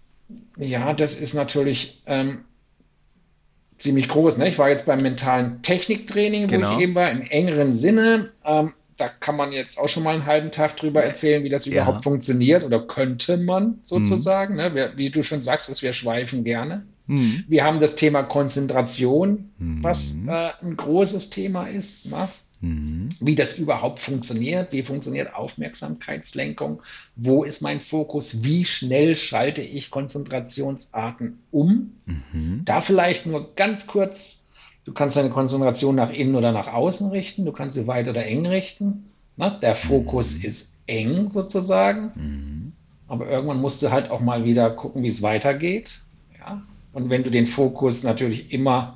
Ja, das ist natürlich ähm, ziemlich groß. Ne? Ich war jetzt beim mentalen Techniktraining, wo ich Genau. eben war, im engeren Sinne. Ähm, da kann man jetzt auch schon mal einen halben Tag drüber erzählen, wie das Ja. überhaupt funktioniert oder könnte man Mhm. sozusagen. Ne? Wir, wie du schon sagst, dass wir schweifen gerne. Mhm. Wir haben das Thema Konzentration, was Mhm. äh, ein großes Thema ist. Ne? Mhm. Wie das überhaupt funktioniert, wie funktioniert Aufmerksamkeitslenkung, wo ist mein Fokus, wie schnell schalte ich Konzentrationsarten um. Mhm. Da vielleicht nur ganz kurz, du kannst deine Konzentration nach innen oder nach außen richten, du kannst sie weit oder eng richten. Ne? Der Fokus Mhm. ist eng sozusagen, Mhm. aber irgendwann musst du halt auch mal wieder gucken, wie es weitergeht. Ja? Und wenn du den Fokus natürlich immer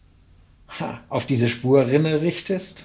ha, auf diese Spurrinne richtest,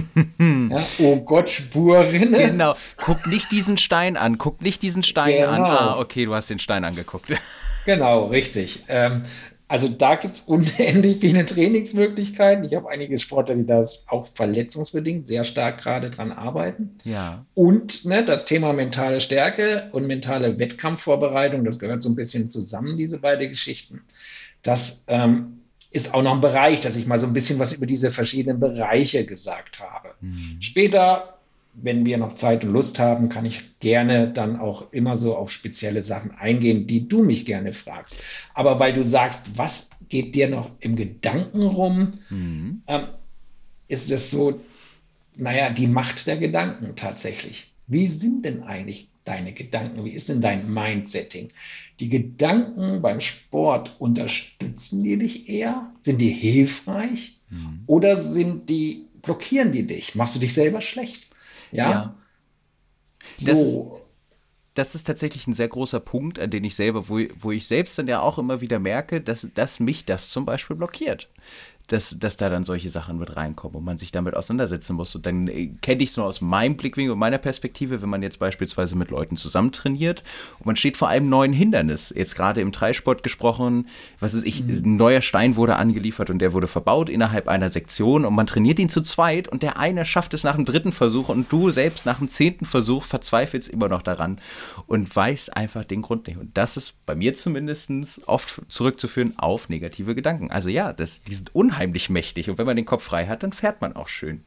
ja, oh Gott, Spurrinne. Genau. Guck nicht diesen Stein an. Guck nicht diesen Stein an. Ah, Genau, okay, du hast den Stein angeguckt. genau, richtig. Ähm, also da gibt es unendlich viele Trainingsmöglichkeiten. Ich habe einige Sportler, die das auch verletzungsbedingt sehr stark gerade dran arbeiten. Ja. Und ne, das Thema mentale Stärke und mentale Wettkampfvorbereitung, das gehört so ein bisschen zusammen, diese beiden Geschichten. Das ähm, ist auch noch ein Bereich, dass ich mal so ein bisschen was über diese verschiedenen Bereiche gesagt habe. Mhm. Später, wenn wir noch Zeit und Lust haben, kann ich gerne dann auch immer so auf spezielle Sachen eingehen, die du mich gerne fragst. Aber weil du sagst, was geht dir noch im Gedanken rum, Mhm. ähm, ist es so, naja, die Macht der Gedanken tatsächlich. Wie sind denn eigentlich deine Gedanken? Wie ist denn dein Mindsetting? Die Gedanken beim Sport, unterstützen die dich eher? Sind die hilfreich? Mhm. Oder sind die, blockieren die dich? Machst du dich selber schlecht? Ja, Ja. Das ist, so. das ist tatsächlich ein sehr großer Punkt, an den ich selber, wo, wo ich selbst dann ja auch immer wieder merke, dass, dass mich das zum Beispiel blockiert. Dass, dass da dann solche Sachen mit reinkommen und man sich damit auseinandersetzen muss. Und dann äh, kenne ich es nur aus meinem Blickwinkel und meiner Perspektive, wenn man jetzt beispielsweise mit Leuten zusammen trainiert und man steht vor einem neuen Hindernis. Jetzt gerade im Dreisport gesprochen, was ist ich, ein neuer Stein wurde angeliefert und der wurde verbaut innerhalb einer Sektion und man trainiert ihn zu zweit und der eine schafft es nach dem dritten Versuch und du selbst nach dem zehnten Versuch verzweifelst immer noch daran und weißt einfach den Grund nicht. Und das ist bei mir zumindest oft zurückzuführen auf negative Gedanken. Also ja, das, die sind unheimlich mächtig und wenn man den Kopf frei hat, dann fährt man auch schön.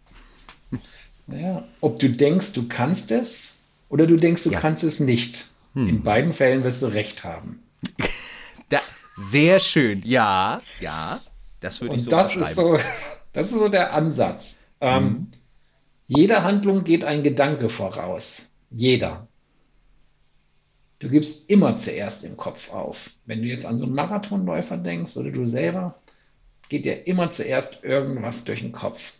Naja, ob du denkst, du kannst es oder du denkst, du Ja, kannst es nicht. In hm. beiden Fällen wirst du recht haben. Da, sehr schön. Ja, ja, das würde ich Und so das ist unterschreiben. so, das ist so der Ansatz. Hm. Ähm, jeder Handlung geht ein Gedanke voraus. Jeder. Du gibst immer zuerst im Kopf auf. Wenn du jetzt an so einen Marathonläufer denkst oder du selber, geht dir immer zuerst irgendwas durch den Kopf.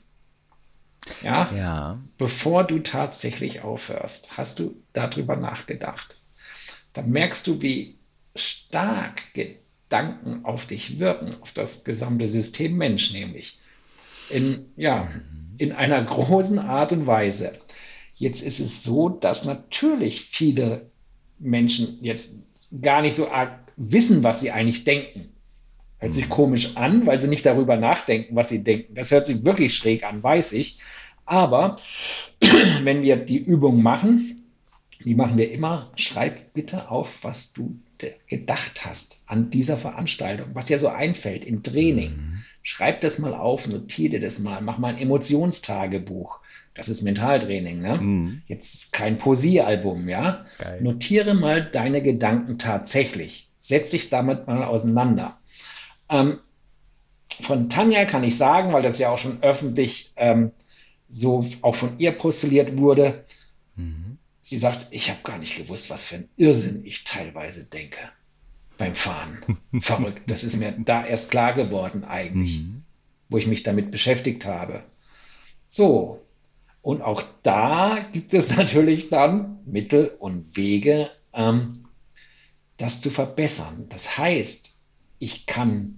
Ja? Ja, Bevor du tatsächlich aufhörst, hast du darüber nachgedacht. Da merkst du, wie stark Gedanken auf dich wirken, auf das gesamte System Mensch nämlich. In, ja, in einer großen Art und Weise. Jetzt ist es so, dass natürlich viele Menschen jetzt gar nicht so arg wissen, was sie eigentlich denken. Hört sich hm. komisch an, weil sie nicht darüber nachdenken, was sie denken. Das hört sich wirklich schräg an, weiß ich. Aber wenn wir die Übung machen, die machen wir immer, schreib bitte auf, was du gedacht hast an dieser Veranstaltung, was dir so einfällt im Training. Schreib das mal auf, notiere dir das mal, mach mal ein Emotionstagebuch. Das ist Mentaltraining, ne? Mhm. Jetzt kein Poesiealbum, ja? Geil. Notiere mal deine Gedanken tatsächlich. Setz dich damit mal auseinander. Ähm, von Tanja kann ich sagen, weil das ja auch schon öffentlich ähm, so auch von ihr postuliert wurde, Mhm. sie sagt, ich habe gar nicht gewusst, was für ein Irrsinn ich teilweise denke beim Fahren. Verrückt. Das ist mir da erst klar geworden eigentlich, Mhm. wo ich mich damit beschäftigt habe. So, und auch da gibt es natürlich dann Mittel und Wege, ähm, das zu verbessern. Das heißt, ich kann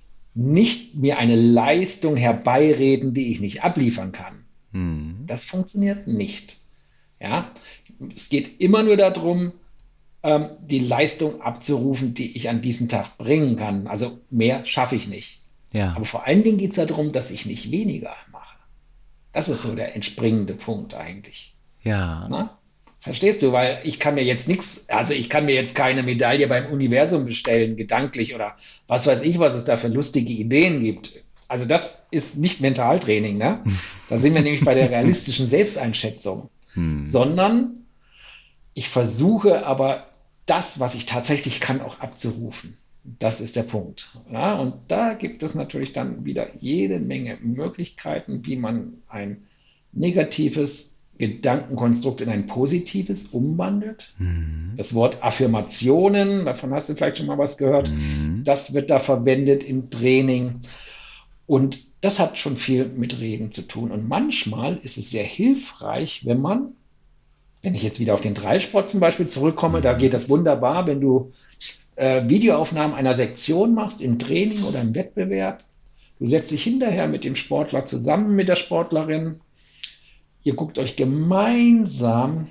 nicht mir eine Leistung herbeireden, die ich nicht abliefern kann. Mhm. Das funktioniert nicht. Ja? Es geht immer nur darum, ähm, die Leistung abzurufen, die ich an diesem Tag bringen kann. Also mehr schaffe ich nicht. Ja. Aber vor allen Dingen geht es darum, dass ich nicht weniger mache. Das ist so der entspringende Punkt eigentlich. Ja. Na? Verstehst du? Weil ich kann mir jetzt nichts, also ich kann mir jetzt keine Medaille beim Universum bestellen, gedanklich oder was weiß ich, was es da für lustige Ideen gibt. Also das ist nicht Mentaltraining, ne? Da sind wir nämlich bei der realistischen Selbsteinschätzung. Mhm. Sondern ich versuche aber das, was ich tatsächlich kann, auch abzurufen. Das ist der Punkt. Ja, und da gibt es natürlich dann wieder jede Menge Möglichkeiten, wie man ein negatives Gedankenkonstrukt in ein positives umwandelt. Mhm. Das Wort Affirmationen, davon hast du vielleicht schon mal was gehört, Mhm. das wird da verwendet im Training. Und das hat schon viel mit Reden zu tun. Und manchmal ist es sehr hilfreich, wenn man, wenn ich jetzt wieder auf den Dreisport zum Beispiel zurückkomme, da geht Mhm. das wunderbar, wenn du äh, Videoaufnahmen einer Sektion machst, im Training oder im Wettbewerb. Du setzt dich hinterher mit dem Sportler zusammen, mit der Sportlerin. Ihr guckt euch gemeinsam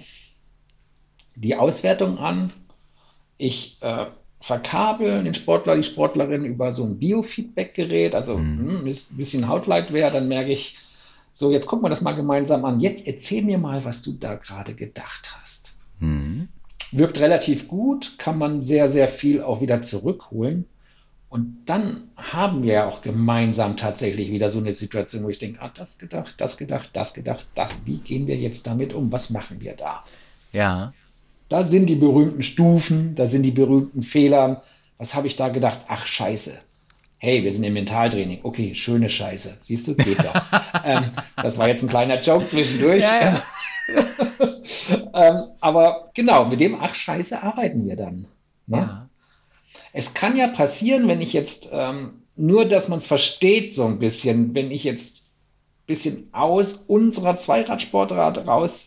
die Auswertung an. Ich äh, verkabel den Sportler, die Sportlerin über so ein Biofeedback-Gerät, also Mhm. hm, ein bisschen Hautleitwehr, dann merke ich, so, jetzt gucken wir das mal gemeinsam an. Jetzt erzähl mir mal, was du da gerade gedacht hast. Mhm. Wirkt relativ gut, kann man sehr, sehr viel auch wieder zurückholen. Und dann haben wir ja auch gemeinsam tatsächlich wieder so eine Situation, wo ich denke, ah, das gedacht, das gedacht, das gedacht, das, wie gehen wir jetzt damit um? Was machen wir da? Ja. Da sind die berühmten Stufen, da sind die berühmten Fehler. Was habe ich da gedacht? Ach, scheiße. Hey, wir sind im Mentaltraining. Okay, schöne Scheiße. Siehst du, geht doch. Ähm, das war jetzt ein kleiner Joke zwischendurch. Ja, ja. ähm, aber genau, mit dem Ach, Scheiße arbeiten wir dann. Ne? Ja. Es kann ja passieren, wenn ich jetzt ähm, nur, dass man es versteht so ein bisschen, wenn ich jetzt ein bisschen aus unserer Zweiradsportart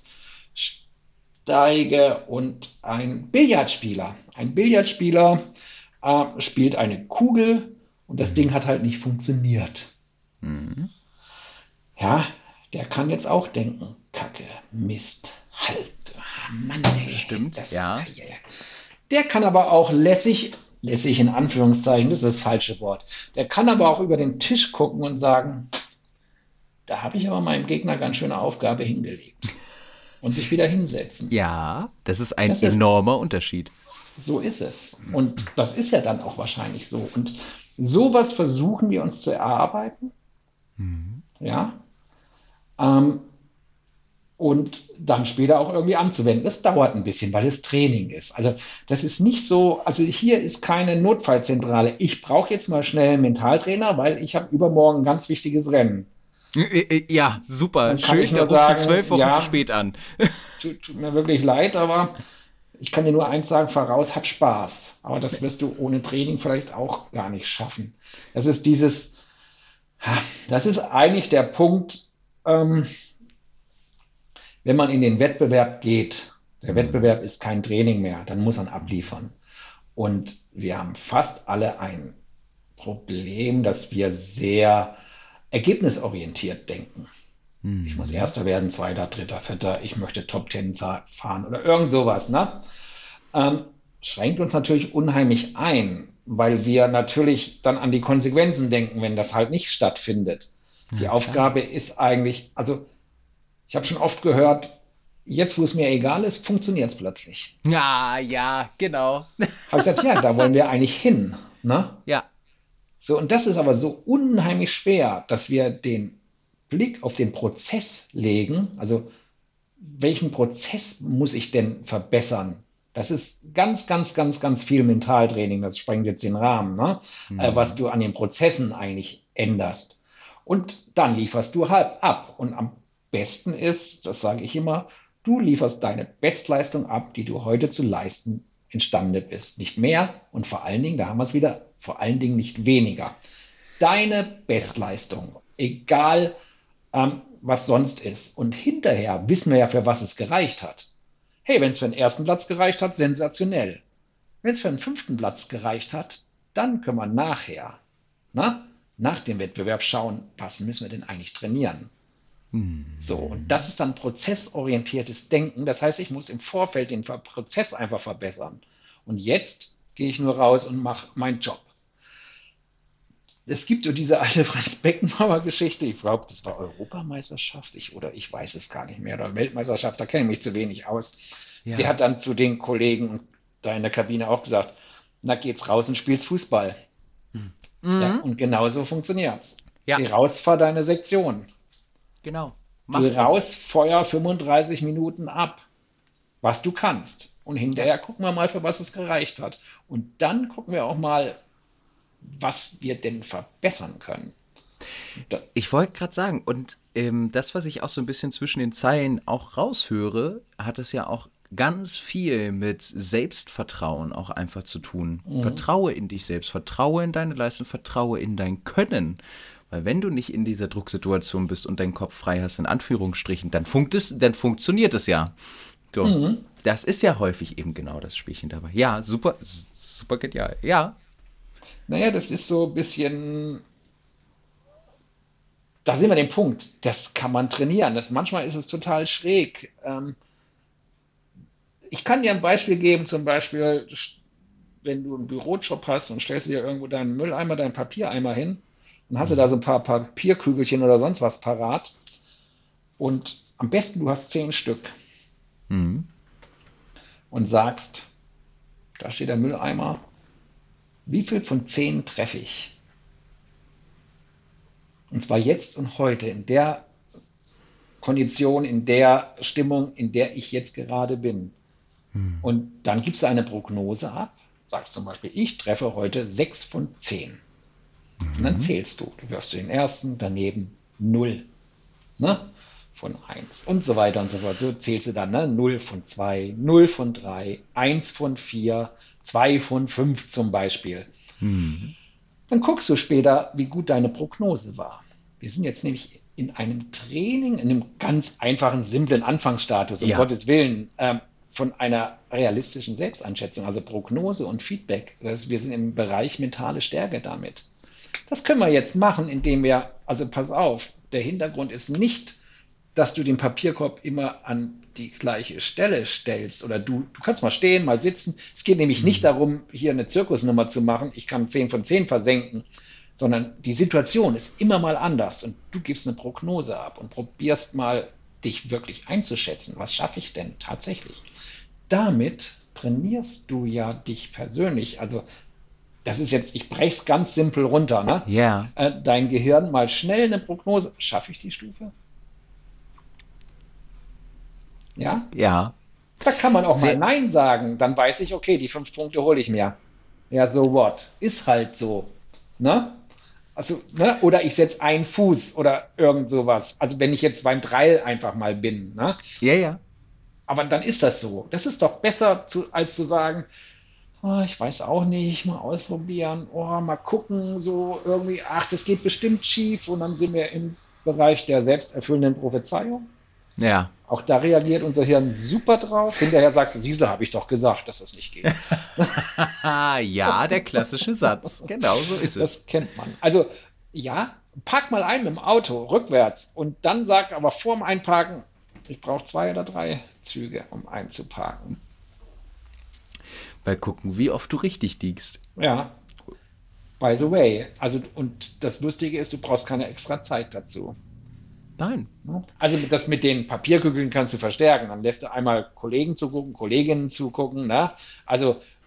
raussteige und ein Billardspieler, ein Billardspieler äh, spielt eine Kugel und das Ding Mhm. hat halt nicht funktioniert. Mhm. Ja, der kann jetzt auch denken, Kacke, Mist, halt, ah, Mann, ey, Stimmt. das, Ja. ah, ja, ja. Der kann aber auch lässig, lässig in Anführungszeichen, das ist das falsche Wort, der kann aber auch über den Tisch gucken und sagen, da habe ich aber meinem Gegner ganz schöne Aufgabe hingelegt und sich wieder hinsetzen. Ja. Das ist ein Das ist, enormer Unterschied. so ist es. Und das ist ja dann auch wahrscheinlich so. Und sowas versuchen wir uns zu erarbeiten, Mhm. ja, ähm, und dann später auch irgendwie anzuwenden. Das dauert ein bisschen, weil es Training ist. Also das ist nicht so, also hier ist keine Notfallzentrale. Ich brauche jetzt mal schnell einen Mentaltrainer, weil ich habe übermorgen ein ganz wichtiges Rennen. Äh, äh, Ja, super. Dann kann ich Schön. Da nur rufst du sagen, zwölf Wochen zu ja, spät an. tut, tut mir wirklich leid, aber ich kann dir nur eins sagen, voraus, hab Spaß. Aber das wirst du ohne Training vielleicht auch gar nicht schaffen. Das ist dieses, das ist eigentlich der Punkt, ähm, wenn man in den Wettbewerb geht. Der Mhm. Wettbewerb ist kein Training mehr, dann muss man abliefern. Und wir haben fast alle ein Problem, dass wir sehr ergebnisorientiert denken. Ich muss Mhm. Erster werden, Zweiter, Dritter, Vierter, ich möchte Top Ten fahren oder irgend sowas, ne? Ähm, schränkt uns natürlich unheimlich ein, weil wir natürlich dann an die Konsequenzen denken, wenn das halt nicht stattfindet. Die Ja, klar. Aufgabe ist eigentlich, also ich habe schon oft gehört, jetzt wo es mir egal ist, funktioniert es plötzlich. Ja, ja, genau. Habe ich gesagt, ja, da wollen wir eigentlich hin. Ne? Ja. So, und das ist aber so unheimlich schwer, dass wir den Blick auf den Prozess legen. Also, welchen Prozess muss ich denn verbessern? Das ist ganz, ganz, ganz, ganz viel Mentaltraining. Das sprengt jetzt den Rahmen, ne? Äh, was Mhm. du an den Prozessen eigentlich änderst. Und dann lieferst du halt ab. Und am besten ist, das sage ich immer, du lieferst deine Bestleistung ab, die du heute zu leisten imstande bist. Nicht mehr und vor allen Dingen, da haben wir es wieder, vor allen Dingen nicht weniger. Deine Ja. Bestleistung, egal ähm, was sonst ist. Und hinterher wissen wir ja, für was es gereicht hat. Hey, wenn es für den ersten Platz gereicht hat, sensationell. Wenn es für den fünften Platz gereicht hat, dann können wir nachher, na, nach dem Wettbewerb schauen, was müssen wir denn eigentlich trainieren. So, und das Mhm. ist dann prozessorientiertes Denken. Das heißt, ich muss im Vorfeld den Prozess einfach verbessern. Und jetzt gehe ich nur raus und mache meinen Job. Es gibt so diese alte Franz Beckenbauer-Geschichte. Ich glaube, das war Europameisterschaft ich, oder ich weiß es gar nicht mehr. Oder Weltmeisterschaft, da kenne ich mich zu wenig aus. Der Ja. hat dann zu den Kollegen da in der Kabine auch gesagt, na geht's raus und spielst Fußball. Ja, Mhm. und genauso funktioniert's. Ja, Geh raus, fahr deine Sektion. genau. Mach Geh es. raus, feuer fünfunddreißig Minuten ab, was du kannst. Und Ja. hinterher gucken wir mal, für was es gereicht hat. Und dann gucken wir auch mal, was wir denn verbessern können. Da, Ich wollte gerade sagen, und ähm, das, was ich auch so ein bisschen zwischen den Zeilen auch raushöre, hat es ja auch ganz viel mit Selbstvertrauen auch einfach zu tun. mhm, Vertraue in dich selbst, vertraue in deine Leistung, vertraue in dein Können. Weil wenn du nicht in dieser Drucksituation bist und deinen Kopf frei hast, in Anführungsstrichen, dann, funkt es, dann funktioniert es ja. So, mhm. das ist ja häufig eben genau das Spielchen dabei. Ja, super, super genial. Ja. Naja, das ist so ein bisschen, da sind wir an dem Punkt, das kann man trainieren. Das, manchmal ist es total schräg. Ähm, ich kann dir ein Beispiel geben, zum Beispiel, wenn du einen Bürojob hast und stellst dir irgendwo deinen Mülleimer, deinen Papiereimer hin, dann hast du da Mhm. so ein paar Papierkügelchen oder sonst was parat. Und am besten du hast zehn Stück Mhm. und sagst, da steht der Mülleimer, wie viel von zehn treffe ich? Und zwar jetzt und heute, in der Kondition, in der Stimmung, in der ich jetzt gerade bin. Mhm. Und dann gibst du eine Prognose ab, sagst zum Beispiel, ich treffe heute sechs von zehn. Und dann Mhm. zählst du. Du wirfst den ersten, daneben null, ne? Von eins und so weiter und so fort. So zählst du dann, ne? null von zwei, null von drei, eins von vier, zwei von fünf zum Beispiel. Mhm. Dann guckst du später, wie gut deine Prognose war. Wir sind jetzt nämlich in einem Training, in einem ganz einfachen, simplen Anfangsstatus, um Ja. Gottes Willen, ähm, von einer realistischen Selbsteinschätzung, also Prognose und Feedback. Das, wir sind im Bereich mentale Stärke damit. Das können wir jetzt machen, indem wir, also pass auf, der Hintergrund ist nicht, dass du den Papierkorb immer an die gleiche Stelle stellst oder du, du kannst mal stehen, mal sitzen. Es geht nämlich nicht Mhm. darum, hier eine Zirkusnummer zu machen, ich kann zehn von zehn versenken, sondern die Situation ist immer mal anders und du gibst eine Prognose ab und probierst mal, dich wirklich einzuschätzen. Was schaffe ich denn tatsächlich? Damit trainierst du ja dich persönlich. Also das ist jetzt, ich breche es ganz simpel runter, ne? Ja. Äh, dein Gehirn mal schnell eine Prognose. Schaffe ich die Stufe? Ja? Ja. Da kann man auch mal Sehr. Nein sagen. Dann weiß ich, okay, die fünf Punkte hole ich mir. Ja, so what? Ist halt so. Ne? Also, ne? Oder ich setze einen Fuß oder irgend sowas. Also wenn ich jetzt beim Dreil einfach mal bin. Ne? Ja, ja. Aber dann ist das so. Das ist doch besser, zu, als zu sagen, oh, ich weiß auch nicht, mal ausprobieren, oh, mal gucken, so irgendwie, ach, das geht bestimmt schief. Und dann sind wir im Bereich der selbsterfüllenden Prophezeiung. Ja. Auch da reagiert unser Hirn super drauf. Hinterher sagst du, Süße, habe ich doch gesagt, dass das nicht geht. Ja, der klassische Satz. Genau so ist es. Das kennt man. Also, ja, park mal ein mit dem Auto rückwärts und dann sag aber vorm Einparken, ich brauche zwei oder drei Züge, um einzuparken. Mal gucken, wie oft du richtig liegst. Ja, by the way. Also, und das Lustige ist, du brauchst keine extra Zeit dazu. Nein. Ne? Also das mit den Papierkügeln kannst du verstärken. Dann lässt du einmal Kollegen zugucken, Kolleginnen zugucken. Ne? Also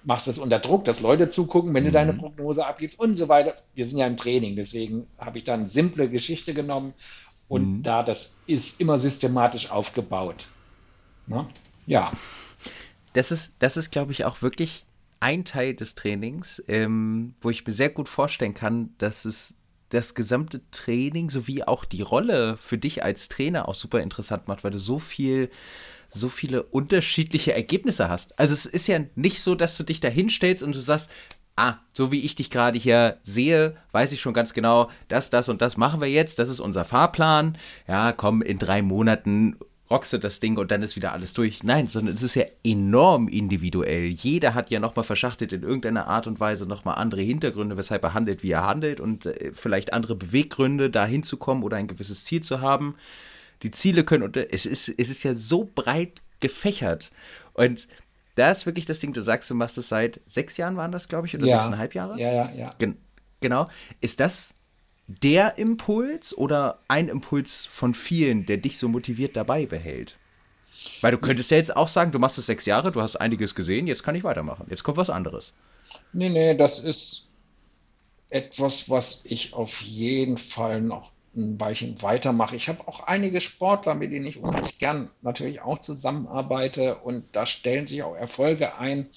machst es unter Druck, dass Leute zugucken, wenn du deine Mhm. Prognose abgibst und so weiter. Wir sind ja im Training, deswegen habe ich da eine simple Geschichte genommen und Mhm. da das ist immer systematisch aufgebaut. Ne? Ja, Das ist, das ist, glaube ich, auch wirklich ein Teil des Trainings, ähm, wo ich mir sehr gut vorstellen kann, dass es das gesamte Training sowie auch die Rolle für dich als Trainer auch super interessant macht, weil du so viel, so viele unterschiedliche Ergebnisse hast. Also es ist ja nicht so, dass du dich da hinstellst und du sagst, ah, so wie ich dich gerade hier sehe, weiß ich schon ganz genau, das, das und das machen wir jetzt, das ist unser Fahrplan. Ja, komm, in drei Monaten rockst du das Ding und dann ist wieder alles durch. Nein, sondern es ist ja enorm individuell. Jeder hat ja nochmal verschachtelt in irgendeiner Art und Weise nochmal andere Hintergründe, weshalb er handelt, wie er handelt und äh, vielleicht andere Beweggründe, da hinzukommen oder ein gewisses Ziel zu haben. Die Ziele können unter. Es ist, es ist ja so breit gefächert. Und da ist wirklich das Ding, du sagst, du machst es seit sechs Jahren, waren das, glaube ich, oder ja, sechseinhalb Jahre? ja, ja, ja. Gen genau. Ist das der Impuls oder ein Impuls von vielen, der dich so motiviert dabei behält? Weil du könntest ja jetzt auch sagen, du machst es sechs Jahre, du hast einiges gesehen, jetzt kann ich weitermachen. Jetzt kommt was anderes. Nee, nee, das ist etwas, was ich auf jeden Fall noch ein Weilchen weitermache. Ich habe auch einige Sportler, mit denen ich unheimlich gern natürlich auch zusammenarbeite und da stellen sich auch Erfolge ein.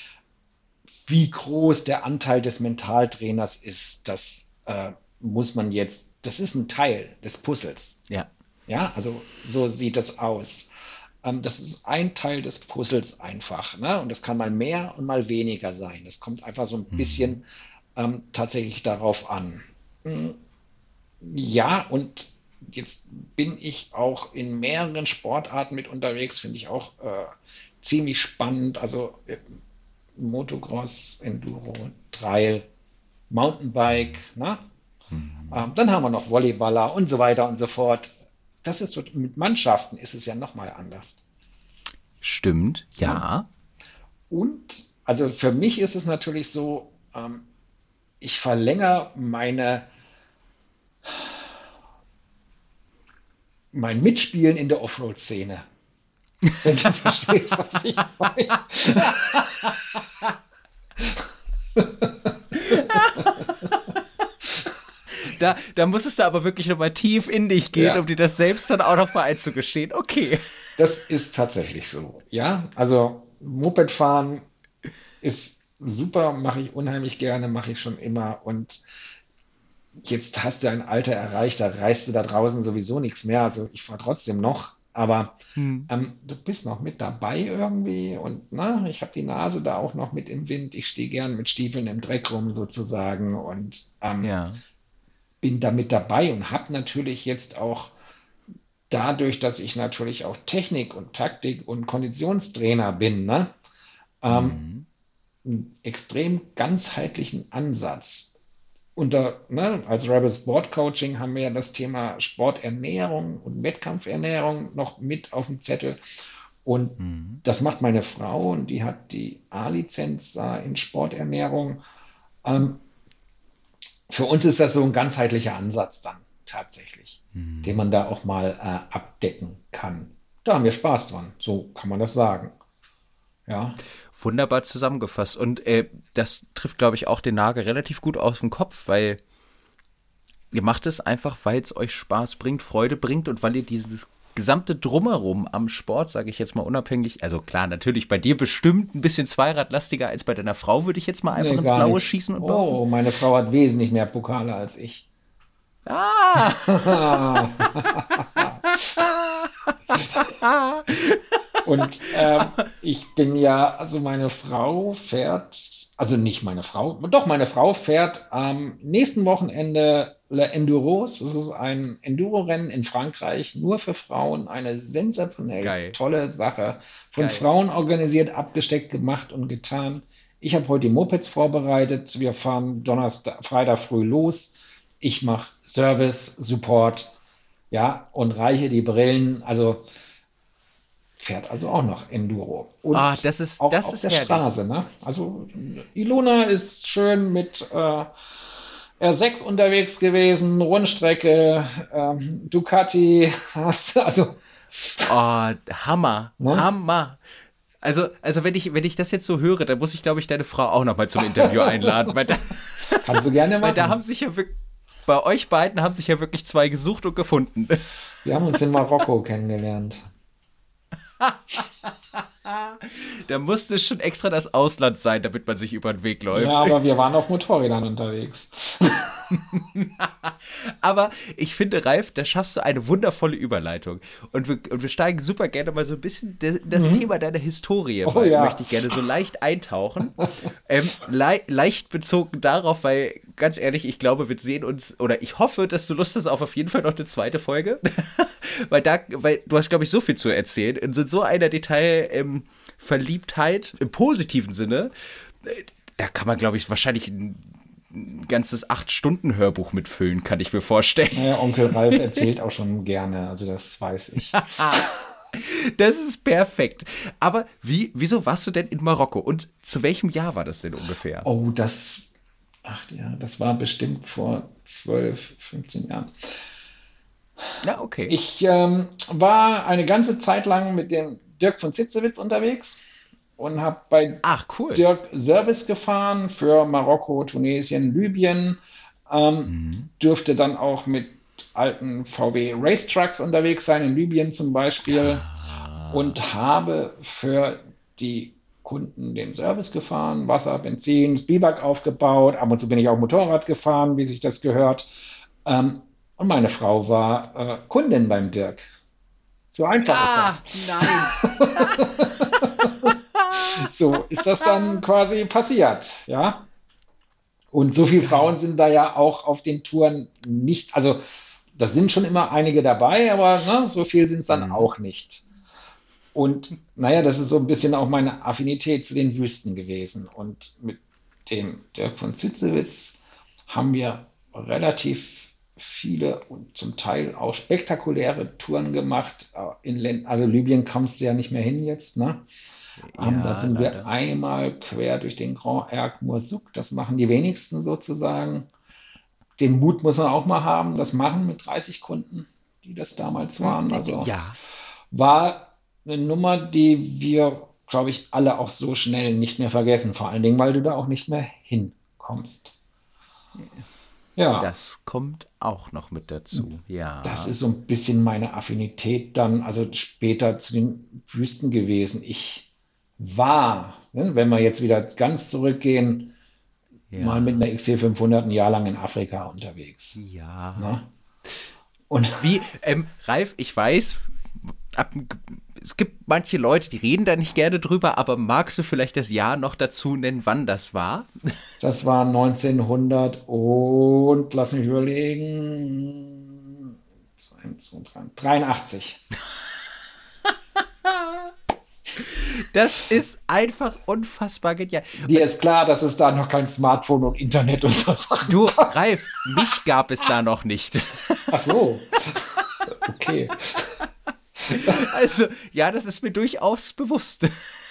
Wie groß der Anteil des Mentaltrainers ist, das äh, muss man jetzt, das ist ein Teil des Puzzles. Ja. Ja, also so sieht es aus. Ähm, das ist ein Teil des Puzzles einfach, ne? Und das kann mal mehr und mal weniger sein. Das kommt einfach so ein Mhm. bisschen ähm, tatsächlich darauf an. Mm, Ja, und jetzt bin ich auch in mehreren Sportarten mit unterwegs, finde ich auch äh, ziemlich spannend. Also äh, Motocross, Enduro, Trail, Mountainbike, ne? Mhm. Ähm, dann haben wir noch Volleyballer und so weiter und so fort. Das ist so, mit Mannschaften ist es ja nochmal anders. Stimmt, Ne? ja. Und also für mich ist es natürlich so, ähm, ich verlängere meine, mein Mitspielen in der Offroad-Szene. Wenn du verstehst, was ich meine. Da, da musstest du aber wirklich nochmal tief in dich gehen, Ja, um dir das selbst dann auch nochmal einzugestehen. Okay. das ist tatsächlich so. Ja, also Mopedfahren ist super, mache ich unheimlich gerne, mache ich schon immer. Und jetzt hast du ein Alter erreicht, da reißt du da draußen sowieso nichts mehr. Also ich fahre trotzdem noch, aber Hm. ähm, du bist noch mit dabei irgendwie und na, ich habe die Nase da auch noch mit im Wind. Ich stehe gern mit Stiefeln im Dreck rum sozusagen und ähm, Ja. bin da mit dabei und habe natürlich jetzt auch dadurch, dass ich natürlich auch Technik und Taktik und Konditionstrainer bin, ne, ähm, Mhm. einen extrem ganzheitlichen Ansatz. Unter, ne, als Rebel Sport Coaching haben wir ja das Thema Sporternährung und Wettkampfernährung noch mit auf dem Zettel. Und Mhm. das macht meine Frau und die hat die A-Lizenz äh, in Sporternährung. Ähm, für uns ist das so ein ganzheitlicher Ansatz dann tatsächlich, den Mhm. man da auch mal äh, abdecken kann. Da haben wir Spaß dran, so kann man das sagen. Ja, Wunderbar zusammengefasst. Und äh, das trifft, glaube ich, auch den Nagel relativ gut auf den Kopf, weil ihr macht es einfach, weil es euch Spaß bringt, Freude bringt und weil ihr dieses gesamte Drumherum am Sport, sage ich jetzt mal unabhängig, also klar, natürlich bei dir bestimmt ein bisschen zweiradlastiger als bei deiner Frau, würde ich jetzt mal einfach nee, ins gar Blaue nicht. schießen und behaupten. Oh, meine Frau hat wesentlich mehr Pokale als ich. Ah! Und ähm, ich bin ja, also meine Frau fährt, also nicht meine Frau, doch meine Frau fährt am nächsten Wochenende Le Enduros. Das ist ein Enduro-Rennen in Frankreich, nur für Frauen. Eine sensationell Geil, tolle Sache. Von geil. Frauen organisiert, abgesteckt, gemacht und getan. Ich habe heute die Mopeds vorbereitet. Wir fahren Donnerstag, Freitag früh los. Ich mache Service, Support, ja, und reiche die Brillen. Also fährt also auch noch Enduro. Ah, Und das ist, auch das auf ist der herrlich. Straße, ne? Also Ilona ist schön mit äh, R sechs unterwegs gewesen, Rundstrecke, ähm, Ducati, hast, also, Oh, Hammer, ne? Hammer. Also, also wenn ich, wenn ich das jetzt so höre, dann muss ich, glaube ich, deine Frau auch noch mal zum Interview einladen, weil da, Kannst du gerne weil da machen. haben sich ja wirklich, bei euch beiden haben sich ja wirklich zwei gesucht und gefunden. Wir haben uns in Marokko kennengelernt. Da musste es schon extra das Ausland sein, damit man sich über den Weg Ja, läuft. aber wir waren auf Motorrädern unterwegs. Aber ich finde, Ralf, da schaffst du eine wundervolle Überleitung. Und wir, und wir steigen super gerne mal so ein bisschen de, in das Mhm. Thema deiner Historie, Oh mal, ja. möchte ich gerne so leicht eintauchen. Ähm, lei leicht bezogen darauf, weil ganz ehrlich, ich glaube, wir sehen uns, oder ich hoffe, dass du Lust hast auf auf jeden Fall noch eine zweite Folge. Weil da, weil du hast, glaube ich, so viel zu erzählen. In so so einer Detail, ähm, Verliebtheit im positiven Sinne. Äh, Da kann man, glaube ich, wahrscheinlich ein ein ganzes acht Stunden Hörbuch mitfüllen, kann ich mir vorstellen. Naja, Onkel Ralf erzählt auch schon gerne, also das weiß ich. Das ist perfekt. Aber wie, wieso warst du denn in Marokko? Und zu welchem Jahr war das denn ungefähr? Oh, das, ach ja, das war bestimmt vor zwölf, fünfzehn Jahren. Ja, okay. Ich ähm, war eine ganze Zeit lang mit dem Dirk von Zitzewitz unterwegs und habe bei Ach, cool. Dirk Service gefahren für Marokko, Tunesien, Libyen. Ähm, Mhm. Dürfte dann auch mit alten V W Racetrucks unterwegs sein, in Libyen zum Beispiel. Ah. Und habe für die Kunden den Service gefahren, Wasser, Benzin, Zwieback aufgebaut. Ab und zu bin ich auch Motorrad gefahren, wie sich das gehört. Ähm, und meine Frau war äh, Kundin beim Dirk. So einfach ist Ah, das. nein. So ist das dann quasi passiert, ja. Und so viele Frauen Geil. sind da ja auch auf den Touren nicht, also das sind schon immer einige dabei, aber ne, so viel sind es dann Mhm. auch nicht. Und naja, das ist so ein bisschen auch meine Affinität zu den Wüsten gewesen. Und mit dem Dirk von Zitzewitz haben wir relativ viele und zum Teil auch spektakuläre Touren gemacht. Äh, In Län also Libyen kommst du ja nicht mehr hin jetzt, ne? Ähm, da Ja, sind wir leider. einmal quer durch den Grand Erg Mourzouk. Das machen die wenigsten sozusagen. Den Mut muss man auch mal haben, das machen mit dreißig Kunden, die das damals Hm, waren. äh, Also Ja. war eine Nummer, die wir, glaube ich, alle auch so schnell nicht mehr vergessen. Vor allen Dingen, weil du da auch nicht mehr hinkommst. Ja, Das kommt auch noch mit dazu. das Ja. ist so ein bisschen meine Affinität dann, also später zu den Wüsten gewesen. Ich war, ne, wenn wir jetzt wieder ganz zurückgehen, mal mit einer Ja. X C fünfhundert ein Jahr lang in Afrika unterwegs. Ja. Ne? Und Wie, ähm, Ralf, ich weiß, ab, es gibt manche Leute, die reden da nicht gerne drüber, aber magst du vielleicht das Jahr noch dazu nennen, wann das war? das war neunzehnhundert und, lass mich überlegen, eins, zwei, drei, dreiundachtzig. Das ist einfach unfassbar genial. Dir ist klar, dass es da noch kein Smartphone und Internet und so Sachen Du, gab. Ralf, mich gab es da noch nicht. Ach so, okay. Also, ja, das ist mir durchaus bewusst.